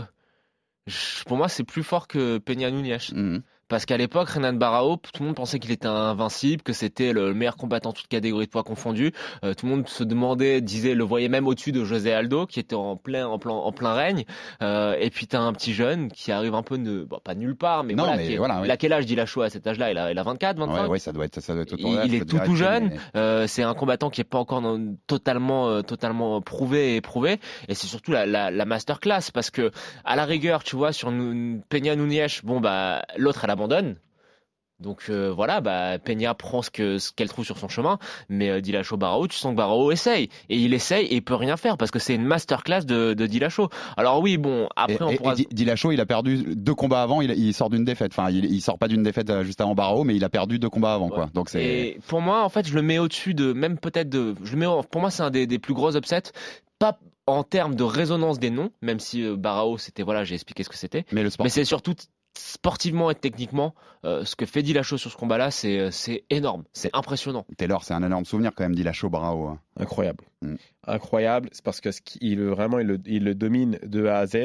je, pour moi, c'est plus fort que Peña Nunes. Mm-hmm. Parce qu'à l'époque, Renan Barao, tout le monde pensait qu'il était invincible, que c'était le meilleur combattant toute catégorie de poids confondue. Euh, tout le monde se demandait, disait, le voyait même au-dessus de José Aldo, qui était en plein, en plein, en plein règne. Euh, et puis t'as un petit jeune qui arrive un peu de, bon, pas nulle part, mais non, voilà. Mais qui est, voilà oui. Il a quel âge Dillashaw à cet âge-là? Il a, il a vingt-quatre, vingt-cinq. Ouais, ouais, ça doit être, ça doit être Il, il est tout, tout jeune. Mais... Euh, c'est un combattant qui est pas encore non, totalement, euh, totalement prouvé et éprouvé. Et c'est surtout la, la, la masterclass, parce que à la rigueur, tu vois, sur Peña Nunes, bon bah, l'autre elle abandonne. Donc euh, voilà, bah, Peña prend ce, que, ce qu'elle trouve sur son chemin, mais euh, Dillashaw Barao, tu sens que Barao essaye, et il essaye et il peut rien faire parce que c'est une masterclass de, de Dillashaw. Alors oui, bon, après et, on et, pourra. Et Dillashaw, il a perdu deux combats avant, il, il sort d'une défaite. Enfin, il, il sort pas d'une défaite juste avant Barao, mais il a perdu deux combats avant, ouais. quoi. Donc c'est. Et pour moi, en fait, je le mets au-dessus de, même peut-être de, je le mets, pour moi, c'est un des, des plus gros upsets. Pas en termes de résonance des noms, même si euh, Barao, c'était voilà, j'ai expliqué ce que c'était. Mais le sport. Mais c'est surtout sportivement et techniquement, euh, ce que fait Dillashaw sur ce combat-là, c'est, c'est énorme, c'est impressionnant. Taylor, c'est un énorme souvenir quand même, Dillashaw Barao. Hein. Incroyable. Mm. Incroyable, c'est parce que ce qu'il, vraiment, il le, il le domine de A à Z.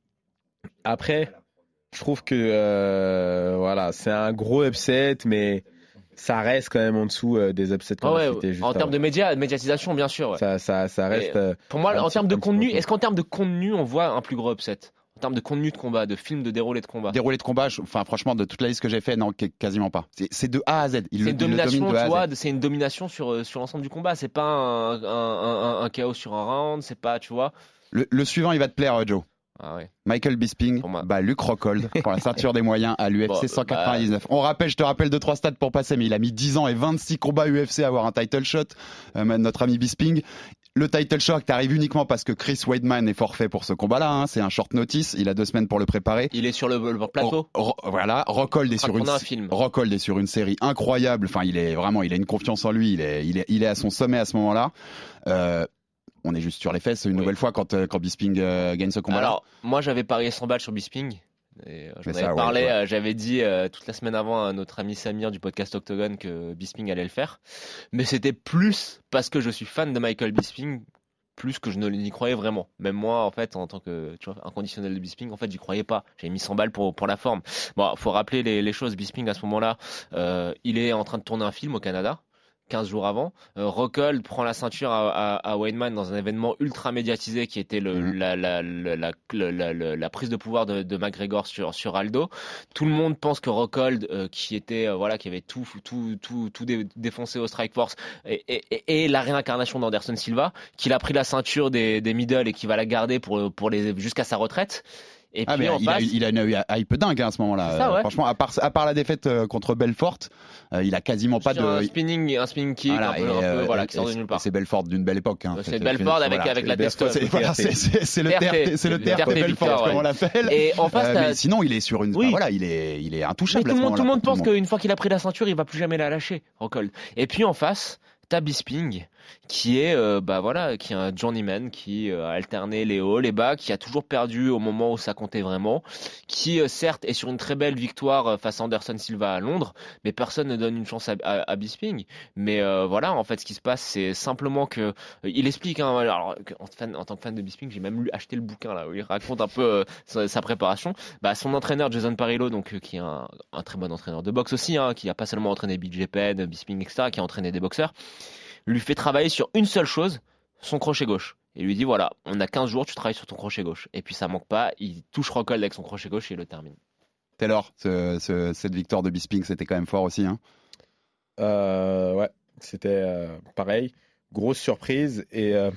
Après, je trouve que euh, voilà, c'est un gros upset, mais ça reste quand même en dessous euh, des upsets qu'on ah ouais, a cités juste en termes avant. de média, médiatisation, bien sûr. Ouais. Ça, ça, ça reste. Euh, pour moi, en termes de contenu, est-ce qu'en termes de contenu, on voit un plus gros upset? En termes de contenu de combat, de film, de déroulé de combat. Déroulé de combat, je, enfin franchement, de toute la liste que j'ai fait, non, quasiment pas. C'est, c'est de A à Z. Il c'est le, une domination, il le tu vois, c'est une domination sur sur l'ensemble du combat. C'est pas un, un, un, un chaos sur un round, c'est pas, tu vois. Le, le suivant, il va te plaire, Joe. Ah ouais. Michael Bisping bat Luke Rockhold pour la ceinture des moyens à l'U F C bon, cent quatre-vingt-dix-neuf. Bah... On rappelle, je te rappelle deux trois stats pour passer, mais il a mis dix ans et vingt-six combats U F C à avoir un title shot. Euh, notre ami Bisping. Le title shot arrive uniquement parce que Chris Weidman est forfait pour ce combat-là. Hein. C'est un short notice. Il a deux semaines pour le préparer. Il est sur le, le plateau. Oh, oh, voilà. Rockhold est sur une, un film. Rockhold est sur une série incroyable. Enfin, il est vraiment, il a une confiance en lui. Il est, il est, il est à son sommet à ce moment-là. Euh, On est juste sur les fesses une oui. nouvelle fois quand, quand Bisping euh, gagne ce combat-là. Alors, moi j'avais parié cent balles sur Bisping. Et, euh, j'en avais ça, parlé, ouais, ouais. Euh, j'avais dit euh, toute la semaine avant à notre ami Samir du podcast Octogone que Bisping allait le faire. Mais c'était plus parce que je suis fan de Michael Bisping, plus que je ne n'y croyais vraiment. Même moi, en fait, en tant que tu vois, inconditionnel de Bisping, en fait, j'y croyais pas. J'avais mis cent balles pour, pour la forme. Bon, faut rappeler les, les choses. Bisping, à ce moment-là, euh, il est en train de tourner un film au Canada. quinze jours avant, euh, Rockhold prend la ceinture à, à, à Weidman dans un événement ultra médiatisé qui était le, mmh. la, la, la, la, la, la, la prise de pouvoir de, de McGregor sur, sur Aldo. Tout le monde pense que Rockhold, euh, qui était, euh, voilà, qui avait tout, tout, tout, tout dé, défoncé au Strikeforce, et, et, et, et la réincarnation d'Anderson Silva, qu'il a pris la ceinture des, des middle et qui va la garder pour, pour les, jusqu'à sa retraite. Et ah puis mais en il, face... a, il a une hype dingue hein, à ce moment-là. Ça, ouais. euh, franchement, à part, à part la défaite euh, contre Belfort, euh, il a quasiment pas de un spinning, un spinning kick, voilà, un peu, et, un peu, et, voilà, et, qui sort de nulle part. C'est Belfort d'une belle époque. Hein, c'est Belfort avec voilà, avec la tête. C'est, voilà, c'est, c'est, c'est le terre, c'est le terre de Belfort comme on l'appelle. Et en face, euh, mais sinon, il est sur une. Oui. Bah, voilà, il est, il est intouchable. Mais tout le monde, tout le monde pense qu'une fois qu'il a pris la ceinture, il va plus jamais la lâcher, Rockhold. Et puis en face, t'as Bisping, qui est euh, bah voilà, qui est un journeyman, qui euh, a alterné les hauts, les bas, qui a toujours perdu au moment où ça comptait vraiment, qui euh, certes est sur une très belle victoire euh, face à Anderson Silva à Londres, mais personne ne donne une chance à, à, à Bisping. Mais euh, voilà, en fait, ce qui se passe, c'est simplement que euh, il explique. Hein, alors, en, fan, en tant que fan de Bisping, j'ai même lu acheté le bouquin là où il raconte un peu euh, sa, sa préparation. Bah, son entraîneur Jason Parillo, donc euh, qui est un, un très bon entraîneur de boxe aussi, hein, qui a pas seulement entraîné B J Penn, Bisping, et cetera, qui a entraîné des boxeurs, lui fait travailler sur une seule chose, son crochet gauche. Et lui dit voilà, on a quinze jours, tu travailles sur ton crochet gauche. Et puis ça manque pas, il touche Rockhold avec son crochet gauche et il le termine. Taylor, ce, ce, cette victoire de Bisping, c'était quand même fort aussi. Hein euh, ouais, c'était euh, pareil. Grosse surprise. Et euh...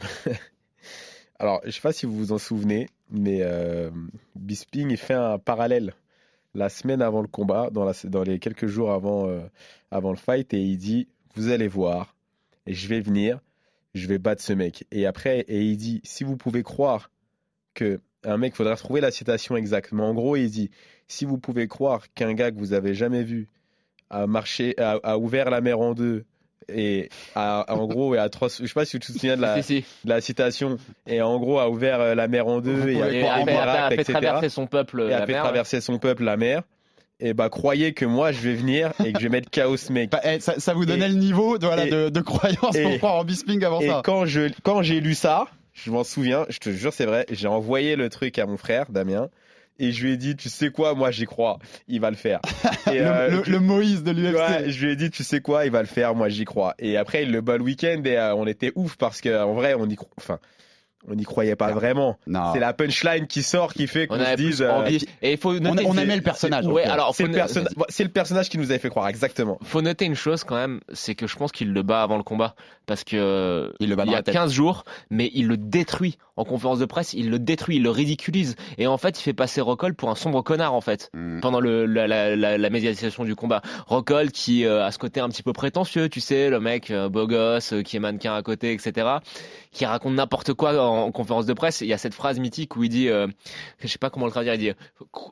alors, je sais pas si vous vous en souvenez, mais euh, Bisping, il fait un parallèle la semaine avant le combat, dans, la, dans les quelques jours avant, euh, avant le fight, et il dit vous allez voir, et je vais venir, je vais battre ce mec. Et après, et il dit, si vous pouvez croire que un mec, il faudra trouver la citation exacte, mais en gros, il dit, si vous pouvez croire qu'un gars que vous avez jamais vu a marché, a, a ouvert la mer en deux, et a, en gros, et à trois, je sais pas si tu te souviens de la, de la citation, et en gros, a ouvert la mer en deux, et, et, a, et a, fait, a, a fait traverser son peuple, et a fait mer, traverser ouais. son peuple la mer. Et bah croyez que moi je vais venir et que je vais mettre chaos ce mec. Bah, eh, ça, ça vous donnait et, le niveau de, voilà, et, de, de croyance et, pour croire en Bisping avant et ça. Et quand je quand j'ai lu ça, je m'en souviens, je te jure c'est vrai, j'ai envoyé le truc à mon frère Damien et je lui ai dit tu sais quoi, moi j'y crois, il va le faire. Et, le, euh, le, je, le Moïse de l'U F C. Ouais, je lui ai dit tu sais quoi, il va le faire, moi j'y crois. Et après il le bat le week-end et euh, on était ouf parce que en vrai on y croit. Enfin. On n'y croyait pas non. vraiment. Non. C'est la punchline qui sort qui fait qu'on se dise. Euh, et il faut noter on, on aimait le personnage. Ouais, alors c'est, le perso- c'est le personnage qui nous avait fait croire exactement. Faut noter une chose quand même, c'est que je pense qu'il le bat avant le combat parce que il, le bat il y a quinze jours, mais il le détruit en conférence de presse. Il le détruit, il le ridiculise et en fait il fait passer Rockhold pour un sombre connard en fait mm. pendant le, la, la, la, la médiatisation du combat. Rockhold qui euh, a ce côté un petit peu prétentieux, tu sais, le mec euh, beau gosse euh, qui est mannequin à côté, et cetera, qui raconte n'importe quoi en, en conférence de presse. Il y a cette phrase mythique où il dit, euh, je sais pas comment le traduire, il dit,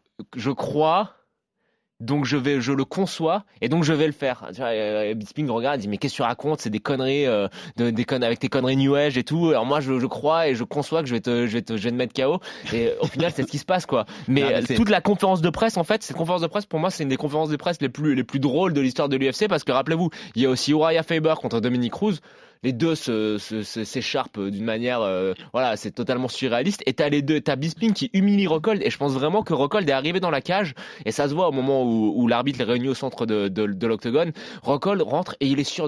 je crois, donc je vais, je le conçois, et donc je vais le faire. Tu vois, euh, Bisping regarde, il dit, mais qu'est-ce que tu racontes? C'est des conneries, euh, de, des conneries avec tes conneries New Age et tout. Alors moi, je, je crois et je conçois que je vais te, je vais te, je vais te mettre K O. Et au final, c'est ce qui se passe, quoi. Mais, non, mais toute la conférence de presse, en fait, cette conférence de presse, pour moi, c'est une des conférences de presse les plus, les plus drôles de l'histoire de l'U F C, parce que rappelez-vous, il y a aussi Uriah Faber contre Dominic Cruz. Les deux se, se, se, s'écharpent d'une manière, euh, voilà, c'est totalement surréaliste. Et t'as les deux, t'as Bisping qui humilie Rockhold. Et je pense vraiment que Rockhold est arrivé dans la cage. Et ça se voit au moment où, où l'arbitre est réuni au centre de, de, de l'octogone. Rockhold rentre et il est sûr de gagner.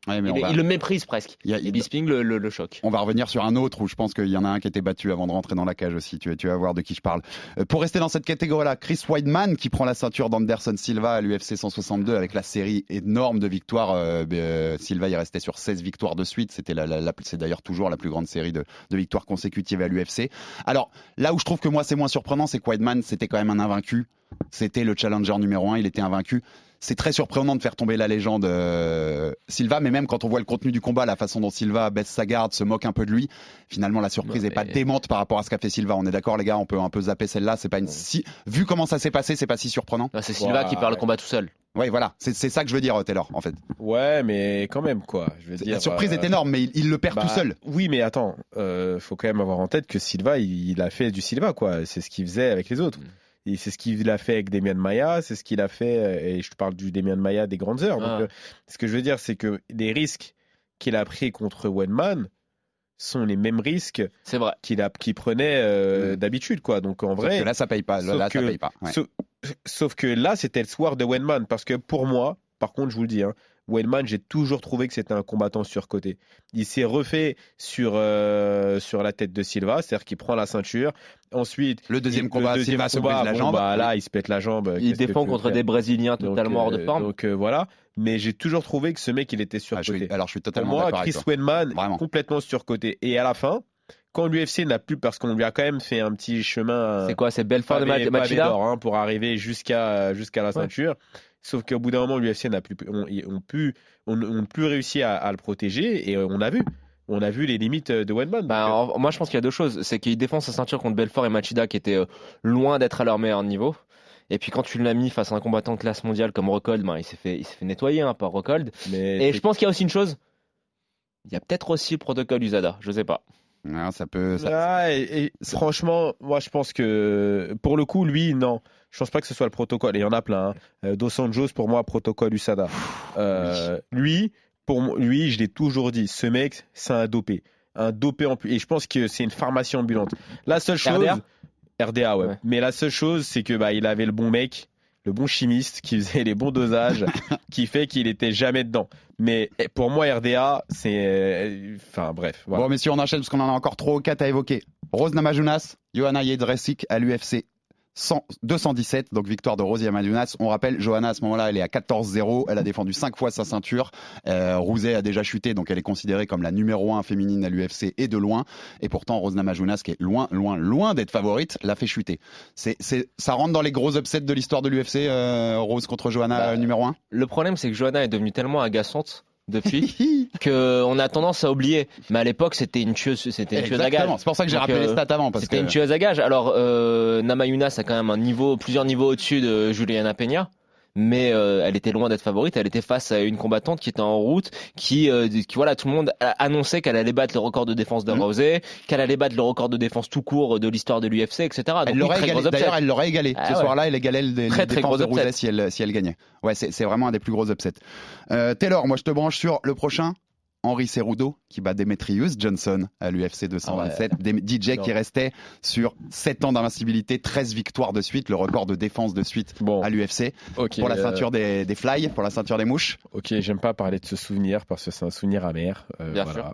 Ouais, mais il, on va... il le méprise presque. Il y a, et Bisping le, le, le choque. On va revenir sur un autre où je pense qu'il y en a un qui était battu avant de rentrer dans la cage aussi. Tu, tu vas voir de qui je parle. Euh, pour rester dans cette catégorie-là, Chris Weidman qui prend la ceinture d'Anderson Silva à l'U F C cent soixante-deux avec la série énorme de victoires. Euh, euh, Silva il restait sur seize victoires de suite. C'était la, la, la, c'est d'ailleurs toujours la plus grande série de, de victoires consécutives à l'U F C. Alors là où je trouve que moi c'est moins surprenant, c'est que Weidman c'était quand même un invaincu. C'était le challenger numéro un. Il était invaincu. C'est très surprenant de faire tomber la légende euh, Silva, mais même quand on voit le contenu du combat, la façon dont Silva baisse sa garde, se moque un peu de lui, finalement la surprise n'est mais... pas démente par rapport à ce qu'a fait Silva. On est d'accord les gars, on peut un peu zapper celle-là. C'est pas une si vu comment ça s'est passé, c'est pas si surprenant. Non, c'est Silva wow, qui perd ouais. le combat tout seul. Oui, voilà, c'est, c'est ça que je veux dire, Taylor, en fait. Ouais, mais quand même quoi. Je veux dire, la surprise euh... est énorme, mais il, il le perd bah, tout seul. Oui, mais attends, euh, faut quand même avoir en tête que Silva, il, il a fait du Silva quoi. C'est ce qu'il faisait avec les autres. Mm. Et c'est ce qu'il a fait avec Demian Maia, c'est ce qu'il a fait, et je te parle du Demian Maia des grandes heures. Ah. Donc, euh, ce que je veux dire, c'est que les risques qu'il a pris contre Weidman sont les mêmes risques c'est vrai. qu'il, a, qu'il prenait euh, mmh. d'habitude. Quoi. Donc en vrai. Sauf que là, ça paye pas. Là, que, ça paye pas. Ouais. Sauf, sauf que là, c'était le soir de Weidman. Parce que pour moi, par contre, je vous le dis, hein, Weidman, j'ai toujours trouvé que c'était un combattant surcoté. Il s'est refait sur, euh, sur la tête de Silva, c'est-à-dire qu'il prend la ceinture. Ensuite, le deuxième il, combat, le deuxième Silva se brise bon, la jambe. Bah, là, il se pète la jambe. Il défend contre faire des Brésiliens totalement donc, hors de forme. Euh, donc euh, voilà. Mais j'ai toujours trouvé que ce mec, il était surcoté. Ah, je suis, alors, je suis totalement Pour moi, d'accord Chris avec toi. Weidman, Vraiment. complètement surcoté. Et à la fin, quand l'U F C n'a plus, parce qu'on lui a quand même fait un petit chemin. C'est quoi, c'est Belfort de Machida hein, pour arriver jusqu'à jusqu'à la ceinture. Ouais. Sauf qu'au bout d'un moment, l'U F C n'a plus, on, on pu, on, on plus réussi à, à le protéger et on a vu. On a vu les limites de Weidman. Bah, en, moi, je pense qu'il y a deux choses. C'est qu'il défend sa ceinture contre Belfort et Machida qui étaient euh, loin d'être à leur meilleur niveau. Et puis quand tu l'as mis face à un combattant de classe mondiale comme Rockhold, ben, il s'est fait, il s'est fait nettoyer hein, par Rockhold. Mais et c'est... je pense qu'il y a aussi une chose. Il y a peut-être aussi le protocole U S A D A. Je sais pas. Non, ça peut. Ça... Ah, et, et, franchement, moi, je pense que pour le coup, lui, non. Je pense pas que ce soit le protocole. Et il y en a plein. Hein. Dos Anjos, pour moi, protocole U S A D A. Euh, lui, pour lui, je l'ai toujours dit. Ce mec, c'est un dopé, un dopé en plus. Et je pense que c'est une pharmacie ambulante. La seule chose, R D A, R D A ouais. ouais. Mais la seule chose, c'est que bah, il avait le bon mec, le bon chimiste, qui faisait les bons dosages, qui fait qu'il était jamais dedans. Mais pour moi, R D A, c'est, enfin bref. Voilà. Bon, messieurs, on enchaîne parce qu'on en a encore trois ou quatre à évoquer. Rose Namajunas, Joanna Jedrzejczyk à l'U F C deux cent dix-sept, donc victoire de Rose Namajunas. On rappelle, Johanna à ce moment-là, elle est à quatorze zéro, elle a défendu cinq fois sa ceinture. Euh, Rousey a déjà chuté, donc elle est considérée comme la numéro un féminine à l'U F C et de loin. Et pourtant, Rose Namajunas, qui est loin, loin, loin d'être favorite, l'a fait chuter. C'est, c'est, ça rentre dans les gros upsets de l'histoire de l'U F C, euh, Rose contre Johanna bah, numéro un. Le problème, c'est que Johanna est devenue tellement agaçante depuis qu'on a tendance à oublier. Mais à l'époque, c'était une tueuse, c'était une tueuse à gage. C'est pour ça que j'ai Donc, rappelé euh, les stats avant. Parce c'était que... une tueuse à gage. Alors, euh, Namajunas a quand même un niveau, plusieurs niveaux au-dessus de Juliana Peña. Mais euh, elle était loin d'être favorite. Elle était face à une combattante qui était en route, qui, euh, qui voilà, tout le monde annonçait qu'elle allait battre le record de défense de mmh. Rousey, qu'elle allait battre le record de défense tout court de l'histoire de l'U F C, et cetera. Donc, elle l'aurait oui, égalé. D'ailleurs, elle l'aurait égalé. Ah, Ce ouais. soir-là, elle égalait les, très, les très défenses de Rousey si elle, si elle gagnait. Ouais, c'est, c'est vraiment un des plus gros upsets. Euh, Taylor, moi, je te branche sur le prochain. Henry Cerudo qui bat Demetrius Johnson à l'U F C deux cent vingt-sept. Ah ouais. D J qui restait sur sept ans d'invincibilité, treize victoires de suite, le record de défense de suite bon. à l'U F C. Okay, pour la ceinture euh... des, des fly, pour la ceinture des mouches. Ok, j'aime pas parler de ce souvenir parce que c'est un souvenir amer. Euh, Bien voilà. sûr.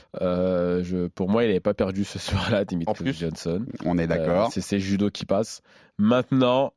Euh, je, pour moi, il n'avait pas perdu ce soir-là, Demetrius Johnson. On est d'accord. Euh, c'est ses judo qui passent. Maintenant,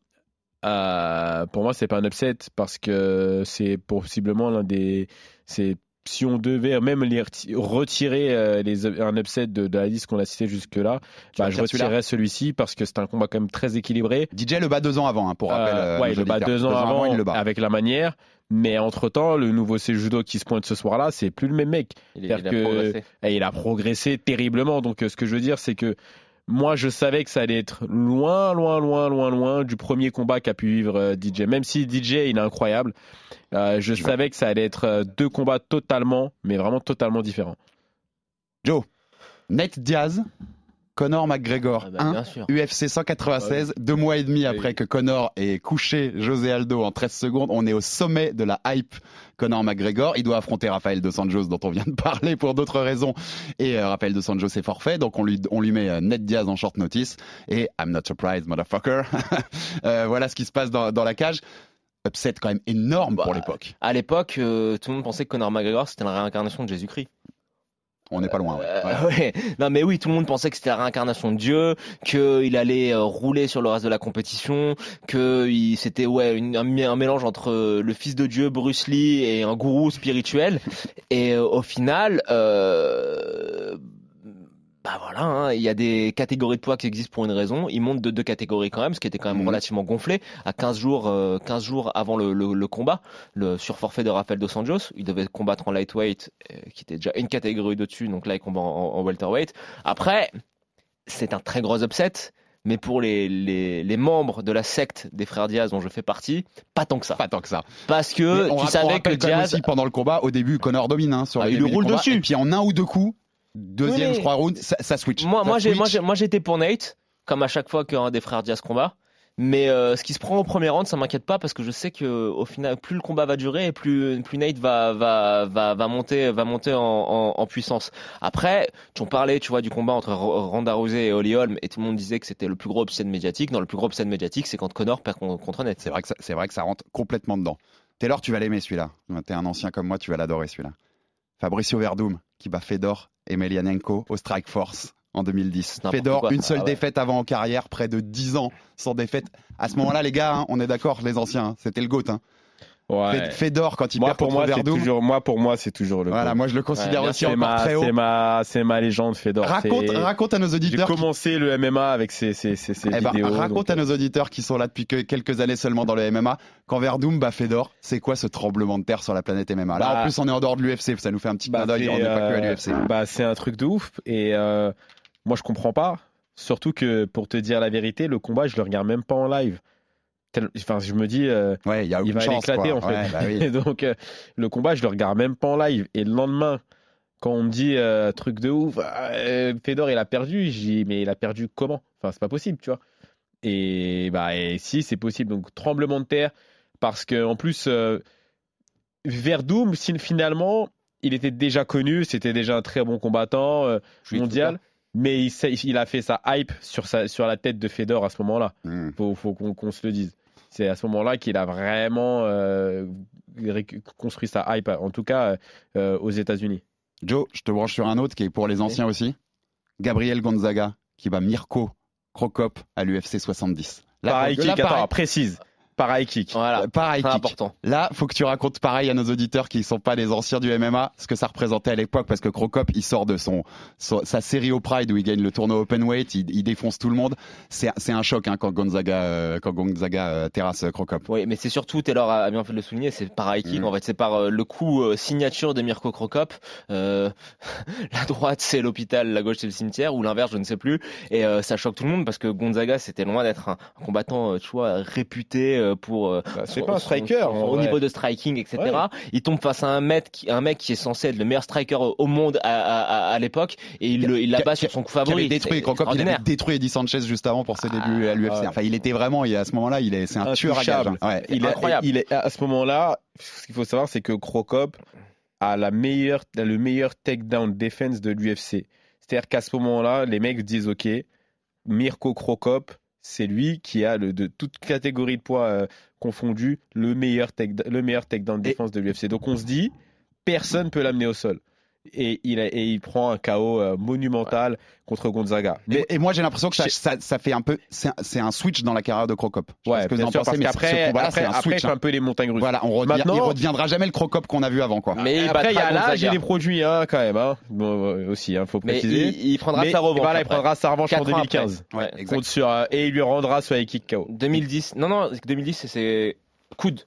euh, pour moi, c'est pas un upset parce que c'est possiblement l'un des. C'est si on devait même les retirer euh, les, un upset de, de la liste qu'on a cité jusque-là, bah, je retirerais celui-ci parce que c'est un combat quand même très équilibré. D J le bat deux ans avant, hein, pour rappel. Euh, ouais, il le bat deux ans, deux ans avant, avant il le bat. Avec la manière. Mais entre-temps, le nouveau Cejudo qui se pointe ce soir-là, c'est plus le même mec. Il, il, a, que, progressé. Et il a progressé terriblement. Donc ce que je veux dire, c'est que moi, je savais que ça allait être loin, loin, loin, loin, loin du premier combat qu'a pu vivre euh, D J. Même si D J, il est incroyable, euh, je, je savais vois. que ça allait être euh, deux combats totalement, mais vraiment totalement différents. Joe, Nate Diaz, Conor McGregor, ah bah, un, U F C cent quatre-vingt-seize, ouais. deux mois et demi après oui. que Conor ait couché José Aldo en treize secondes. On est au sommet de la hype Conor McGregor. Il doit affronter Rafael Dos Anjos, dont on vient de parler pour d'autres raisons. Et euh, Rafael Dos Anjos est forfait, donc on lui, on lui met euh, Nate Diaz en short notice. Et I'm not surprised, motherfucker. euh, voilà ce qui se passe dans, dans la cage. upset quand même énorme bah, pour l'époque. À l'époque, euh, tout le monde pensait que Conor McGregor c'était la réincarnation de Jésus-Christ. On n'est pas loin. Ouais. Euh, ouais. Non mais oui, tout le monde pensait que c'était la réincarnation de Dieu, que il allait euh, rouler sur le reste de la compétition, que il, c'était ouais une, un, un mélange entre euh, le fils de Dieu Bruce Lee et un gourou spirituel. Et euh, au final, euh, bah voilà, hein, il y a des catégories de poids qui existent pour une raison. Il monte de deux catégories quand même, ce qui était quand même mmh. relativement gonflé à quinze jours, euh, quinze jours avant le, le, le combat, le sur forfait de Rafael dos Anjos. Il devait combattre en lightweight, euh, qui était déjà une catégorie au-dessus, donc là il combat en, en welterweight. Après, c'est un très gros upset. Mais pour les, les, les membres de la secte des frères Diaz dont je fais partie, pas tant que ça. Pas tant que ça. Parce que tu savais que Diaz aussi pendant le combat, au début, Conor domine hein, sur ah, le il le roule dessus. Et puis en un ou deux coups. Deuxième, oui. je crois, round, ça, ça switch. Moi, ça moi, switch. J'ai, moi, j'ai, moi, j'étais pour Nate, comme à chaque fois qu'un des frères Diaz combat. Mais euh, ce qui se prend au premier round, ça m'inquiète pas parce que je sais que au final, plus le combat va durer et plus, plus Nate va, va, va, va monter, va monter en, en, en puissance. Après, tu en parlais, tu vois, du combat entre Ronda Rousey et Holly Holm, et tout le monde disait que c'était le plus gros upset médiatique. Non, le plus gros upset médiatique, c'est quand Conor perd contre Nate. C'est vrai que ça, c'est vrai que ça rentre complètement dedans. Taylor, tu vas l'aimer celui-là. T'es un ancien comme moi, tu vas l'adorer celui-là. Fabricio Verdum qui bat Fedor Emelianenko au Strike Force en deux mille dix. Fedor, quoi. Une seule ah ouais. défaite avant en carrière, près de dix ans sans défaite. À ce moment-là, les gars, hein, on est d'accord, les anciens, hein, c'était le GOAT. Hein. Ouais. Fedor quand il moi, perd pour contre moi, Verdum. C'est toujours, moi, pour moi, c'est toujours le. Voilà, GOAT. moi je le considère ouais, aussi encore ma, très haut. C'est ma, c'est ma légende, Fedor. Raconte, raconte à nos auditeurs. J'ai commencé qui... le M M A avec ces, ces, ces, ces eh vidéos. Ben, raconte donc... à nos auditeurs qui sont là depuis que quelques années seulement dans le M M A. Quand Verdum bat Fedor, c'est quoi ce tremblement de terre sur la planète M M A? Là, bah, en plus, on est en dehors de l'U F C, ça nous fait un petit bah, clin d'œil. On n'est pas que à l'U F C. Bah, c'est un truc de ouf. Et euh, moi, je comprends pas. Surtout que, pour te dire la vérité, le combat, je le regarde même pas en live. Enfin, je me dis, euh, ouais, y a il va chance, éclater quoi. en fait. Ouais, bah oui. Donc, euh, le combat, je le regarde même pas en live. Et le lendemain, quand on me dit euh, truc de ouf, euh, Fedor il a perdu, je dis mais il a perdu comment? Enfin, c'est pas possible, tu vois. Et bah, et si c'est possible, donc tremblement de terre, parce que en plus, euh, Verdum, finalement, il était déjà connu, c'était déjà un très bon combattant euh, mondial. Mais il, il a fait sa hype sur, sa, sur la tête de Fedor à ce moment-là. Il mmh. faut, faut qu'on, qu'on se le dise. C'est à ce moment-là qu'il a vraiment euh, construit sa hype, en tout cas euh, aux États-Unis. Joe, je te branche sur un autre qui est pour les anciens oui. aussi. Gabriel Gonzaga qui bat Mirko Cro Cop à l'U F C soixante-dix. Là, par high kick, attends, pareil. précise. Par high kick. Voilà, par high kick. Important. Là, faut que tu racontes pareil à nos auditeurs qui ne sont pas des anciens du M M A, ce que ça représentait à l'époque, parce que Cro Cop, il sort de son, son sa série au Pride où il gagne le tournoi Openweight, il, il défonce tout le monde. C'est, c'est un choc hein, quand Gonzaga, euh, quand Gonzaga euh, terrasse Cro Cop. Oui, mais c'est surtout, Taylor a bien fait de le souligner, c'est par high kick. Mmh. En fait, c'est par euh, le coup euh, signature de Mirko Cro Cop. Euh, la droite, c'est l'hôpital, la gauche, c'est le cimetière, ou l'inverse, je ne sais plus. Et euh, ça choque tout le monde parce que Gonzaga, c'était loin d'être un, un combattant, euh, tu vois, réputé euh, pour. Euh, bah, c'est son, pas un striker son, son, au niveau de striking, et cetera. Ouais. Il tombe face à un mec, qui, un mec qui est censé être le meilleur striker au monde à, à, à l'époque, et il, il l'abat sur son coup favori. Il détruit, il avait détruit Eddie Sanchez juste avant pour ses débuts à l'U F C. Enfin, il était vraiment, il, à ce moment-là, il est, c'est un tueur à gages. Ouais. Il est incroyable. Il est, à ce moment-là, ce qu'il faut savoir, c'est que Cro Cop a la meilleure, le meilleur takedown defense de l'U F C. C'est-à-dire qu'à ce moment-là, les mecs disent, OK, Mirko Cro Cop, c'est lui qui a le, de toute catégorie de poids euh, confondue le meilleur take, le meilleur takedown de défense de l'U F C. Donc on se dit, personne ne peut l'amener au sol. Et il, a, et il prend un K O euh, monumental ouais. contre Gonzaga. Mais, et, et moi j'ai l'impression que ça, ça, ça fait un peu, c'est un, c'est un switch dans la carrière de Cro Cop. Ouais, que bien sûr, parce qu'après, après, un, après c'est un peu les montagnes russes. Voilà, on revient, Maintenant, il redeviendra jamais le Cro Cop qu'on a vu avant, quoi. Mais il après il y a l'âge et les produits, hein, quand même, hein. Bon, aussi, hein, faut préciser. Mais il, il prendra mais, sa revanche. Voilà, il prendra sa revanche en deux mille quinze. Ouais, contre sur euh, et il lui rendra ce high kick K O. deux mille dix, non non, deux mille dix c'est coude.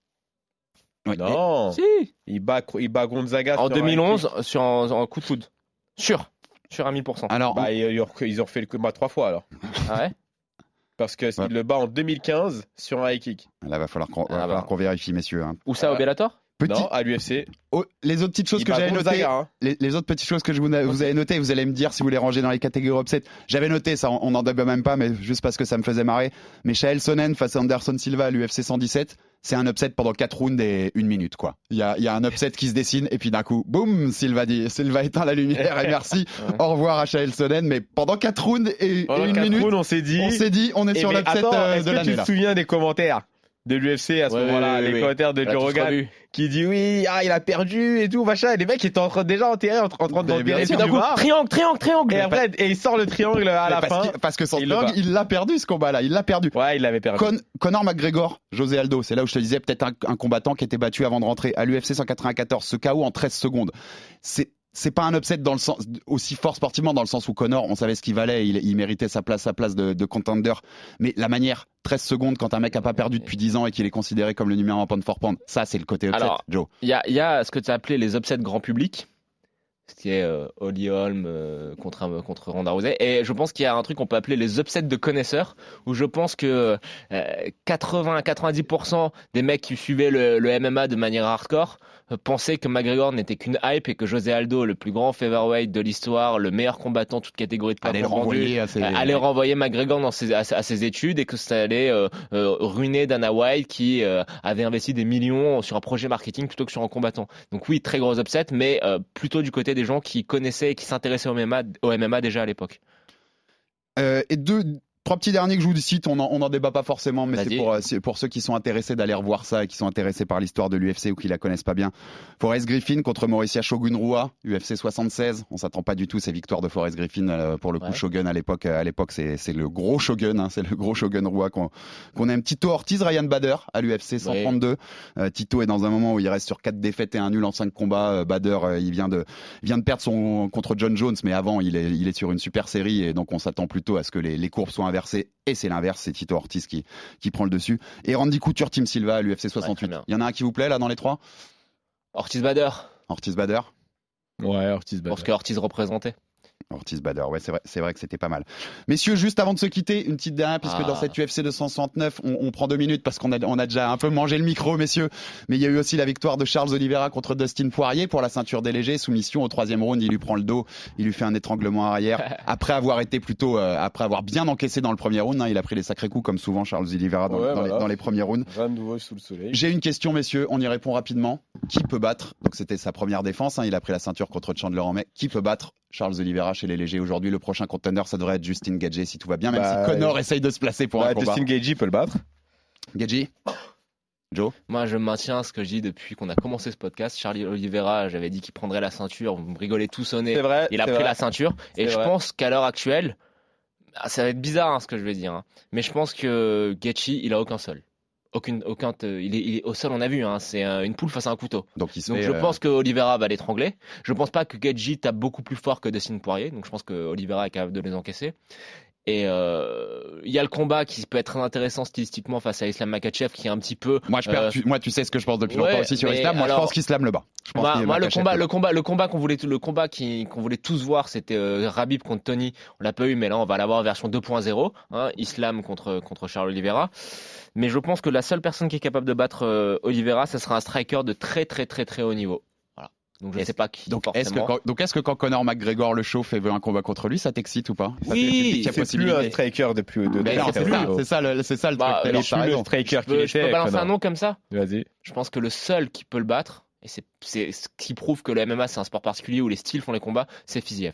Oui. Non, si. il bat, il bat Gonzaga en deux mille onze sur un, en coup de coude. Sûr, sûr à mille pour cent. Alors, bah, ils, ils ont refait le combat trois fois alors. Ah ouais. Parce que ouais. il le bat en deux mille quinze sur un high kick. Là, va falloir qu'on, va ah, falloir bah. qu'on vérifie, messieurs. Hein. Où ça, au Bellator? Petit... Non, à l'U F C. Oh, les autres petites choses il que j'avais notées, hein. les, les autres petites choses que je vous, vous avez notées, vous allez me dire si vous les rangez dans les catégories upset. J'avais noté ça, on n'en débat même pas, mais juste parce que ça me faisait marrer. Mais Chael Sonnen face à Anderson Silva à l'U F C cent dix-sept, c'est un upset pendant quatre rounds et une minute, quoi. Il y a, il y a un upset qui se dessine et puis d'un coup, boum, Silva dit, Silva éteint la lumière et merci. Ouais. Au revoir à Chael Sonnen, mais pendant quatre rounds et, pendant et une minute, rounds, on s'est dit, on s'est dit, on est sur l'upset attends, euh, de l'année. Est-ce que tu te souviens des commentaires? de l'U F C à ce Ouais, moment-là, ouais, les ouais, commentaires de ouais. Joe On l'a tous Rogan revu. qui dit oui, ah il a perdu et tout machin. Et les mecs étaient en train déjà enterrés, en, en train Mais bien d'enterrer Et sûr, puis du d'un coup, bar. triangle, triangle, triangle. Et après, et il sort le triangle à la parce, fin. qu'il- parce que sans il le triangle, bat. il l'a perdu ce combat-là, il l'a perdu. Ouais, il l'avait perdu. Con- Conor McGregor, José Aldo, c'est là où je te disais peut-être un, un combattant qui était battu avant de rentrer à l'U F C cent quatre-vingt-quatorze, ce K O en treize secondes. C'est c'est pas un upset dans le sens aussi fort sportivement dans le sens où Conor, on savait ce qu'il valait, il, il méritait sa place, sa place de, de contender. Mais la manière, treize secondes quand un mec a pas perdu depuis dix ans et qu'il est considéré comme le numéro un pound for pound, ça c'est le côté upset, Alors, Joe. Il y a, il y a ce que tu as appelé les upsets grand public, ce qui est euh, Holly Holm euh, contre, un- contre Ronda Rousey. Et je pense qu'il y a un truc qu'on peut appeler les upsets de connaisseurs, où je pense que euh, quatre-vingts à quatre-vingt-dix pour cent des mecs qui suivaient le, le M M A de manière hardcore euh, pensaient que McGregor n'était qu'une hype et que José Aldo, le plus grand featherweight de l'histoire, le meilleur combattant toute catégorie de poids Allez le confondues, renvoyer à ses... euh, allait renvoyer McGregor dans ses, à, à ses études et que ça allait euh, euh, ruiner Dana White qui euh, avait investi des millions sur un projet marketing plutôt que sur un combattant. Donc oui, très gros upset, mais euh, plutôt du côté des gens qui connaissaient et qui s'intéressaient au M M A, au M M A déjà à l'époque. Euh, et deux, trois petits derniers que je vous cite, on en, on en débat pas forcément, mais c'est Vas-y. pour, euh, c'est pour ceux qui sont intéressés d'aller revoir ça et qui sont intéressés par l'histoire de l'U F C ou qui la connaissent pas bien. Forrest Griffin contre Mauricia Shogun Rua, U F C soixante-seize. On s'attend pas du tout ces victoires de Forrest Griffin euh, pour le coup. Ouais. Shogun à l'époque, euh, à l'époque c'est, c'est le gros Shogun, hein, c'est le gros Shogun Rua qu'on, qu'on aime. Tito Ortiz, Ryan Bader à l'U F C cent trente-deux. Euh, Tito est dans un moment où il reste sur quatre défaites et un nul en cinq combats. Euh, Bader, euh, il vient de, il vient de perdre son contre John Jones, mais avant il est, il est sur une super série et donc on s'attend plutôt à ce que les, les courbes soient inversées. Et c'est l'inverse, c'est Tito Ortiz qui, qui prend le dessus. Et Randy Couture, Tim Silva à l'U F C soixante-huit. bien. Il y en a un qui vous plaît là dans les trois? Ortiz Bader, Ortiz Bader. Ouais, Ortiz Bader. parce que Ortiz représentait. Ortiz Bader, ouais, c'est vrai, c'est vrai que c'était pas mal. Messieurs, juste avant de se quitter, une petite dernière, puisque Ah. dans cette U F C deux cent soixante-neuf, on, on prend deux minutes parce qu'on a, on a déjà un peu mangé le micro, messieurs. Mais il y a eu aussi la victoire de Charles Oliveira contre Dustin Poirier pour la ceinture des légers. Soumission au troisième round, il lui prend le dos, il lui fait un étranglement arrière. Après avoir été plutôt, euh, après avoir bien encaissé dans le premier round, hein, il a pris les sacrés coups comme souvent Charles Oliveira dans, Ouais, dans voilà. les, dans les premiers rounds. Rien de nouveau sous le soleil. J'ai une question, messieurs, on y répond rapidement. Qui peut battre? Donc c'était sa première défense, hein, il a pris la ceinture contre Chandler en mai. Qui peut battre Charles Oliveira chez les légers aujourd'hui? Le prochain contender, ça devrait être Justin Gaethje si tout va bien, même Bah, si Conor essaye de se placer pour Bah, un combat. Justin Gaethje peut le battre. Gaethje, Joe, Moi, je maintiens ce que je dis depuis qu'on a commencé ce podcast. Charlie Oliveira, j'avais dit qu'il prendrait la ceinture. Vous me rigolez tous au nez. C'est vrai. Il a c'est pris vrai. la ceinture. Et C'est je vrai. pense qu'à l'heure actuelle, ah, ça va être bizarre hein, ce que je vais dire, hein, mais je pense que Gaethje, il a aucun sol. Aucune, aucun, te- il, est, il est au sol, on a vu, hein, c'est euh, une poule face à un couteau. donc il se Donc fait, je euh, pense que Oliveira va l'étrangler. Je pense pas que Gaethje tape beaucoup plus fort que Dustin Poirier. Donc je pense que Oliveira est capable de les encaisser. Et euh, il y a le combat qui peut être très intéressant stylistiquement face à Islam Makhachev qui est un petit peu. moi, je perds, euh, tu, moi, tu sais ce que je pense depuis ouais, longtemps aussi sur mais Islam. Moi, alors- je pense qu'Islam le bat. Je pense Moi, qu'il- moi, le Makhachev combat, le le bat. combat, le combat qu'on voulait, le combat qui, qu'on voulait tous voir, c'était euh, Khabib contre Tony. On l'a pas eu, mais là, on va l'avoir en version deux point zéro. Hein, Islam contre contre Charles Oliveira. Mais je pense que la seule personne qui est capable de battre euh, Oliveira, ce sera un striker de très très très très haut niveau. Voilà. Donc je ne Est-ce- sais pas qui. Donc est-ce, que forcément. quand, donc est-ce que quand Conor McGregor le chauffe et veut un combat contre lui, ça t'excite ou pas? Ça Oui, t'excite qu'il y a C'est plus possibilité. un striker de plus de Mais Non, non, c'est plus. ça, c'est ça le, c'est ça le Bah, truc. il est Taylor, plus t'as le raison. striker Je qu'il peux, je peux était. balancer Conor. un nom comme ça. Vas-y. Je pense que le seul qui peut le battre, et c'est, c'est ce qui prouve que le M M A c'est un sport particulier où les styles font les combats, c'est Fiziev.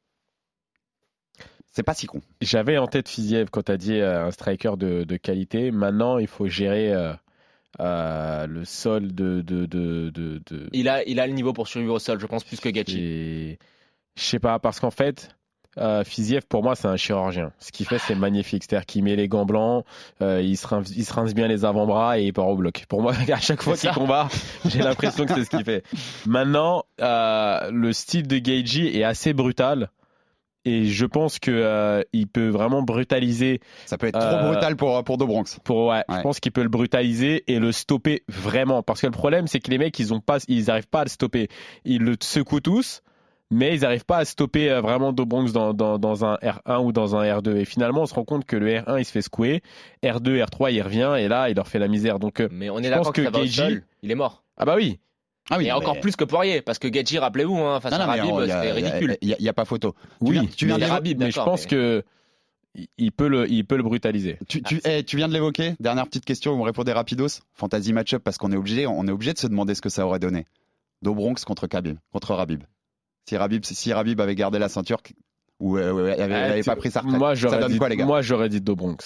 C'est pas si con. J'avais en tête Fiziev quand t'as dit euh, un striker de, de qualité. Maintenant, il faut gérer euh, euh, le sol de. de, de, de, de- Il a, il a le niveau pour survivre au sol, je pense, plus que Gaethje. Et je sais pas, parce qu'en fait, euh, Fiziev, pour moi, c'est un chirurgien. Ce qu'il fait, c'est magnifique. C'est-à-dire qu'il met les gants blancs, euh, il, se rince, il se rince bien les avant-bras et il part au bloc. Pour moi, à chaque fois C'est qu'il ça. combat, j'ai l'impression que c'est ce qu'il fait. Maintenant, euh, le style de Gaethje est assez brutal. Et je pense que euh, il peut vraiment brutaliser. Ça peut être Euh, trop brutal pour pour De Bronx. Pour ouais, Ouais. je pense qu'il peut le brutaliser et le stopper vraiment. Parce que le problème, c'est que les mecs, ils ont pas, ils arrivent pas à le stopper. Ils le secouent tous, mais ils n'arrivent pas à stopper euh, vraiment Do Bronx dans, dans, dans un R un ou dans un R deux. Et finalement, on se rend compte que le R un, il se fait secouer, R deux, R trois, il revient et là, il leur fait la misère. Donc, euh, Mais on est Je d'accord pense que, que ça va au Gaethje- sol, il est mort. ah bah oui. Ah oui, Et encore mais- plus que Poirier, parce que Gaethje, rappelez-vous, hein, face Non, à non, mais Khabib, il y a- c'était ridicule. Il n'y a, pas photo. Tu Oui, viens- tu viens mais, de Khabib, mais je d'accord, pense mais- que il- il peut le, il peut le brutaliser. Tu, tu, eh, tu viens de l'évoquer. Dernière petite question, vous me répondez rapidos. Fantasy match-up parce qu'on est obligé, on est obligé de se demander ce que ça aurait donné. Do Bronx contre Khabib, contre Rabib. Si Rabib, si Rabib avait gardé la ceinture ou euh, ouais, avait, Ah, avait tu- pas pris sa retraite, Moi, ça j'aurais donne dit, quoi les gars? moi, j'aurais dit Do Bronx.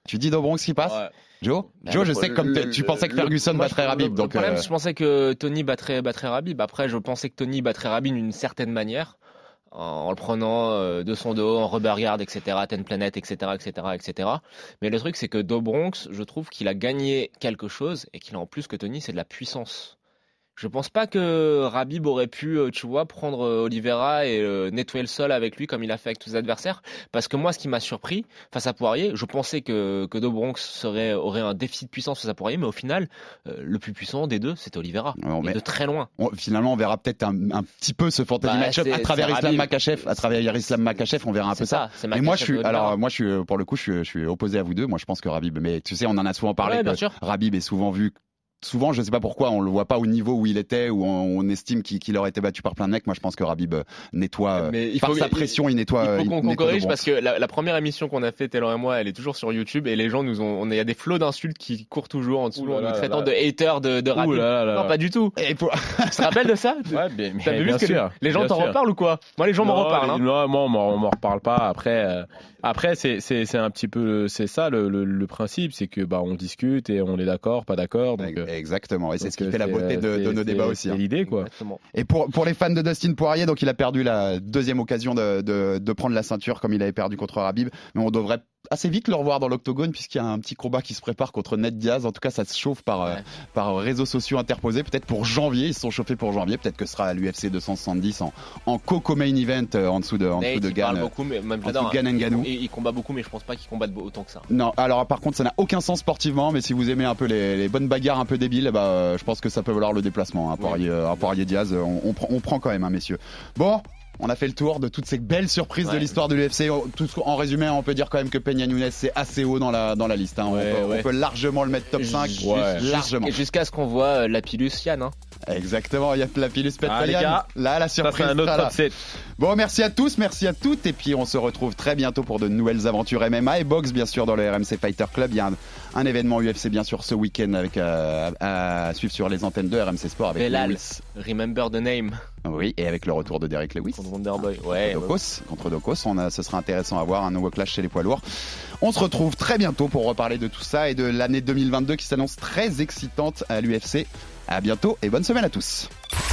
Tu dis Do Bronx qui passe Ouais. Joe Bah, Joe, le- je sais que comme le- tu pensais que le- Ferguson moi, battrait je- Rabib. Le, donc, le problème, euh, je pensais que Tony battrait, battrait Rabib. Après, je pensais que Tony battrait Rabib d'une certaine manière, en, en le prenant euh, de son dos, en rubber guard, et cetera, Ten Planet, et cetera, et cetera, et cetera. Mais le truc, c'est que Do Bronx, je trouve qu'il a gagné quelque chose et qu'il a en plus que Tony, c'est de la puissance. Je pense pas que Rabib aurait pu, euh, tu vois, prendre euh, Oliveira et euh, nettoyer le sol avec lui comme il a fait avec tous ses adversaires. Parce que moi, ce qui m'a surpris face à Poirier, je pensais que, que Do Bronx serait, aurait un déficit de puissance face à Poirier, mais au final, euh, le plus puissant des deux, c'était Oliveira. Non, mais Et de très loin. on- finalement, on verra peut-être un, un petit peu ce fantasy Bah, match-up c'est- à travers c'est Islam Rabib. Makhachev. À travers Islam Makhachev, on verra un peu C'est ça. ça, c'est Mais moi, je Makhachev suis, et Oliveira. alors, moi, je suis, pour le coup, je suis, je suis opposé à vous deux. Moi, je pense que Rabib, mais tu sais, on en a souvent parlé Ouais, bien que sûr. Rabib est souvent vu. Souvent, je sais pas pourquoi, on le voit pas au niveau où il était, où on, on estime qu'il, qu'il aurait été battu par plein de mecs. Moi, je pense que Rabib euh, nettoie, euh, Mais il par faut- sa il- pression, il nettoie. Il euh, faut qu'on qu'on nettoie corrige Do Bronx. parce que la, la première émission qu'on a fait, Taylor et moi, elle est toujours sur YouTube et les gens nous ont, on il y a des flots d'insultes qui courent toujours en dessous, Ouh là en nous là traitant là. de haters de, de Ouh Rabib. là là là Non, là. pas du tout. Et pour- Tu te rappelles de ça? Ouais, mais, mais T'as vu bien ce que sûr. les gens bien t'en sûr. reparlent ou quoi? Moi, les gens m'en Non, reparlent. Hein. Non, moi, on m'en, on m'en reparle pas. Après, euh, après, c'est, c'est, c'est un petit peu, c'est ça le, le, le principe, c'est que bah on discute et on est d'accord, pas d'accord. Donc, euh, Exactement. Et c'est donc, ce qui euh, fait la beauté de, c'est- de nos c'est- débats c'est- aussi. C'est hein. l'idée, quoi. Exactement. Et pour, pour les fans de Dustin Poirier, donc il a perdu la deuxième occasion de, de, de prendre la ceinture comme il avait perdu contre Rabib. Mais on devrait assez vite le revoir dans l'octogone puisqu'il y a un petit combat qui se prépare contre Ned Diaz. En tout cas, ça se chauffe par, euh, Ouais. par réseaux sociaux interposés. Peut-être pour janvier, ils se sont chauffés pour janvier. Peut-être que ce sera à l'U F C deux cent soixante-dix en, en co main event euh, en dessous de, en dessous Nate, de il parle Gann. beaucoup, mais même en j'adore. dessous de Gann hein. Ngannou. Il, il combat beaucoup, mais je pense pas qu'il combatte autant que ça. Non, alors par contre, ça n'a aucun sens sportivement, mais si vous aimez un peu les, les bonnes bagarres un peu débiles, bah, euh, je pense que ça peut valoir le déplacement. Hein, Oui. Poirier, euh, Poirier Diaz, euh, on, on, prend, on prend quand même, hein, messieurs. Bon. On a fait le tour de toutes ces belles surprises Ouais. de l'histoire de l'U F C. Tout ce- en résumé, on peut dire quand même que Peña Nunes c'est assez haut dans la, dans la liste. Hein. On, Ouais, peut, on ouais. peut largement le mettre top cinq. Juste- Ouais. Largement. Et jusqu'à ce qu'on voit euh, Lapillus Yann. Hein. Exactement, il y a la Pilus Ah, les Petroyan. gars, Là, la Ça, surprise. c'est un autre sera là. top sept. Bon, merci à tous, merci à toutes. Et puis, on se retrouve très bientôt pour de nouvelles aventures M M A et boxe, bien sûr, dans le R M C Fighter Club. Il y a un, un événement U F C, bien sûr, ce week-end avec, euh, à suivre sur les antennes de R M C Sport avec Belal, Lewis. remember the name. Oui, et avec le retour de Derek Lewis. Contre Wonderboy. Ouais. Contre Dokos, contre Dokos, on a, ce sera intéressant à voir, un nouveau clash chez les poids lourds. On se retrouve très bientôt pour reparler de tout ça et de l'année deux mille vingt-deux qui s'annonce très excitante à l'U F C. À bientôt et bonne semaine à tous.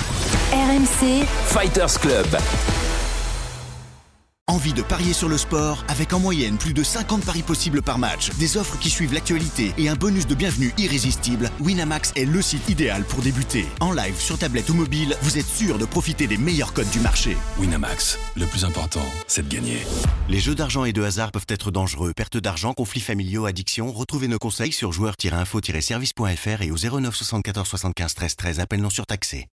R M C Fighters Club. Envie de parier sur le sport avec en moyenne plus de cinquante paris possibles par match, des offres qui suivent l'actualité et un bonus de bienvenue irrésistible, Winamax est le site idéal pour débuter. En live, sur tablette ou mobile, vous êtes sûr de profiter des meilleurs codes du marché. Winamax, le plus important, c'est de gagner. Les jeux d'argent et de hasard peuvent être dangereux. Perte d'argent, conflits familiaux, addiction. Retrouvez nos conseils sur joueurs tiret info tiret service point f r et au zéro neuf soixante-quatorze soixante-quinze treize treize, appel non surtaxé.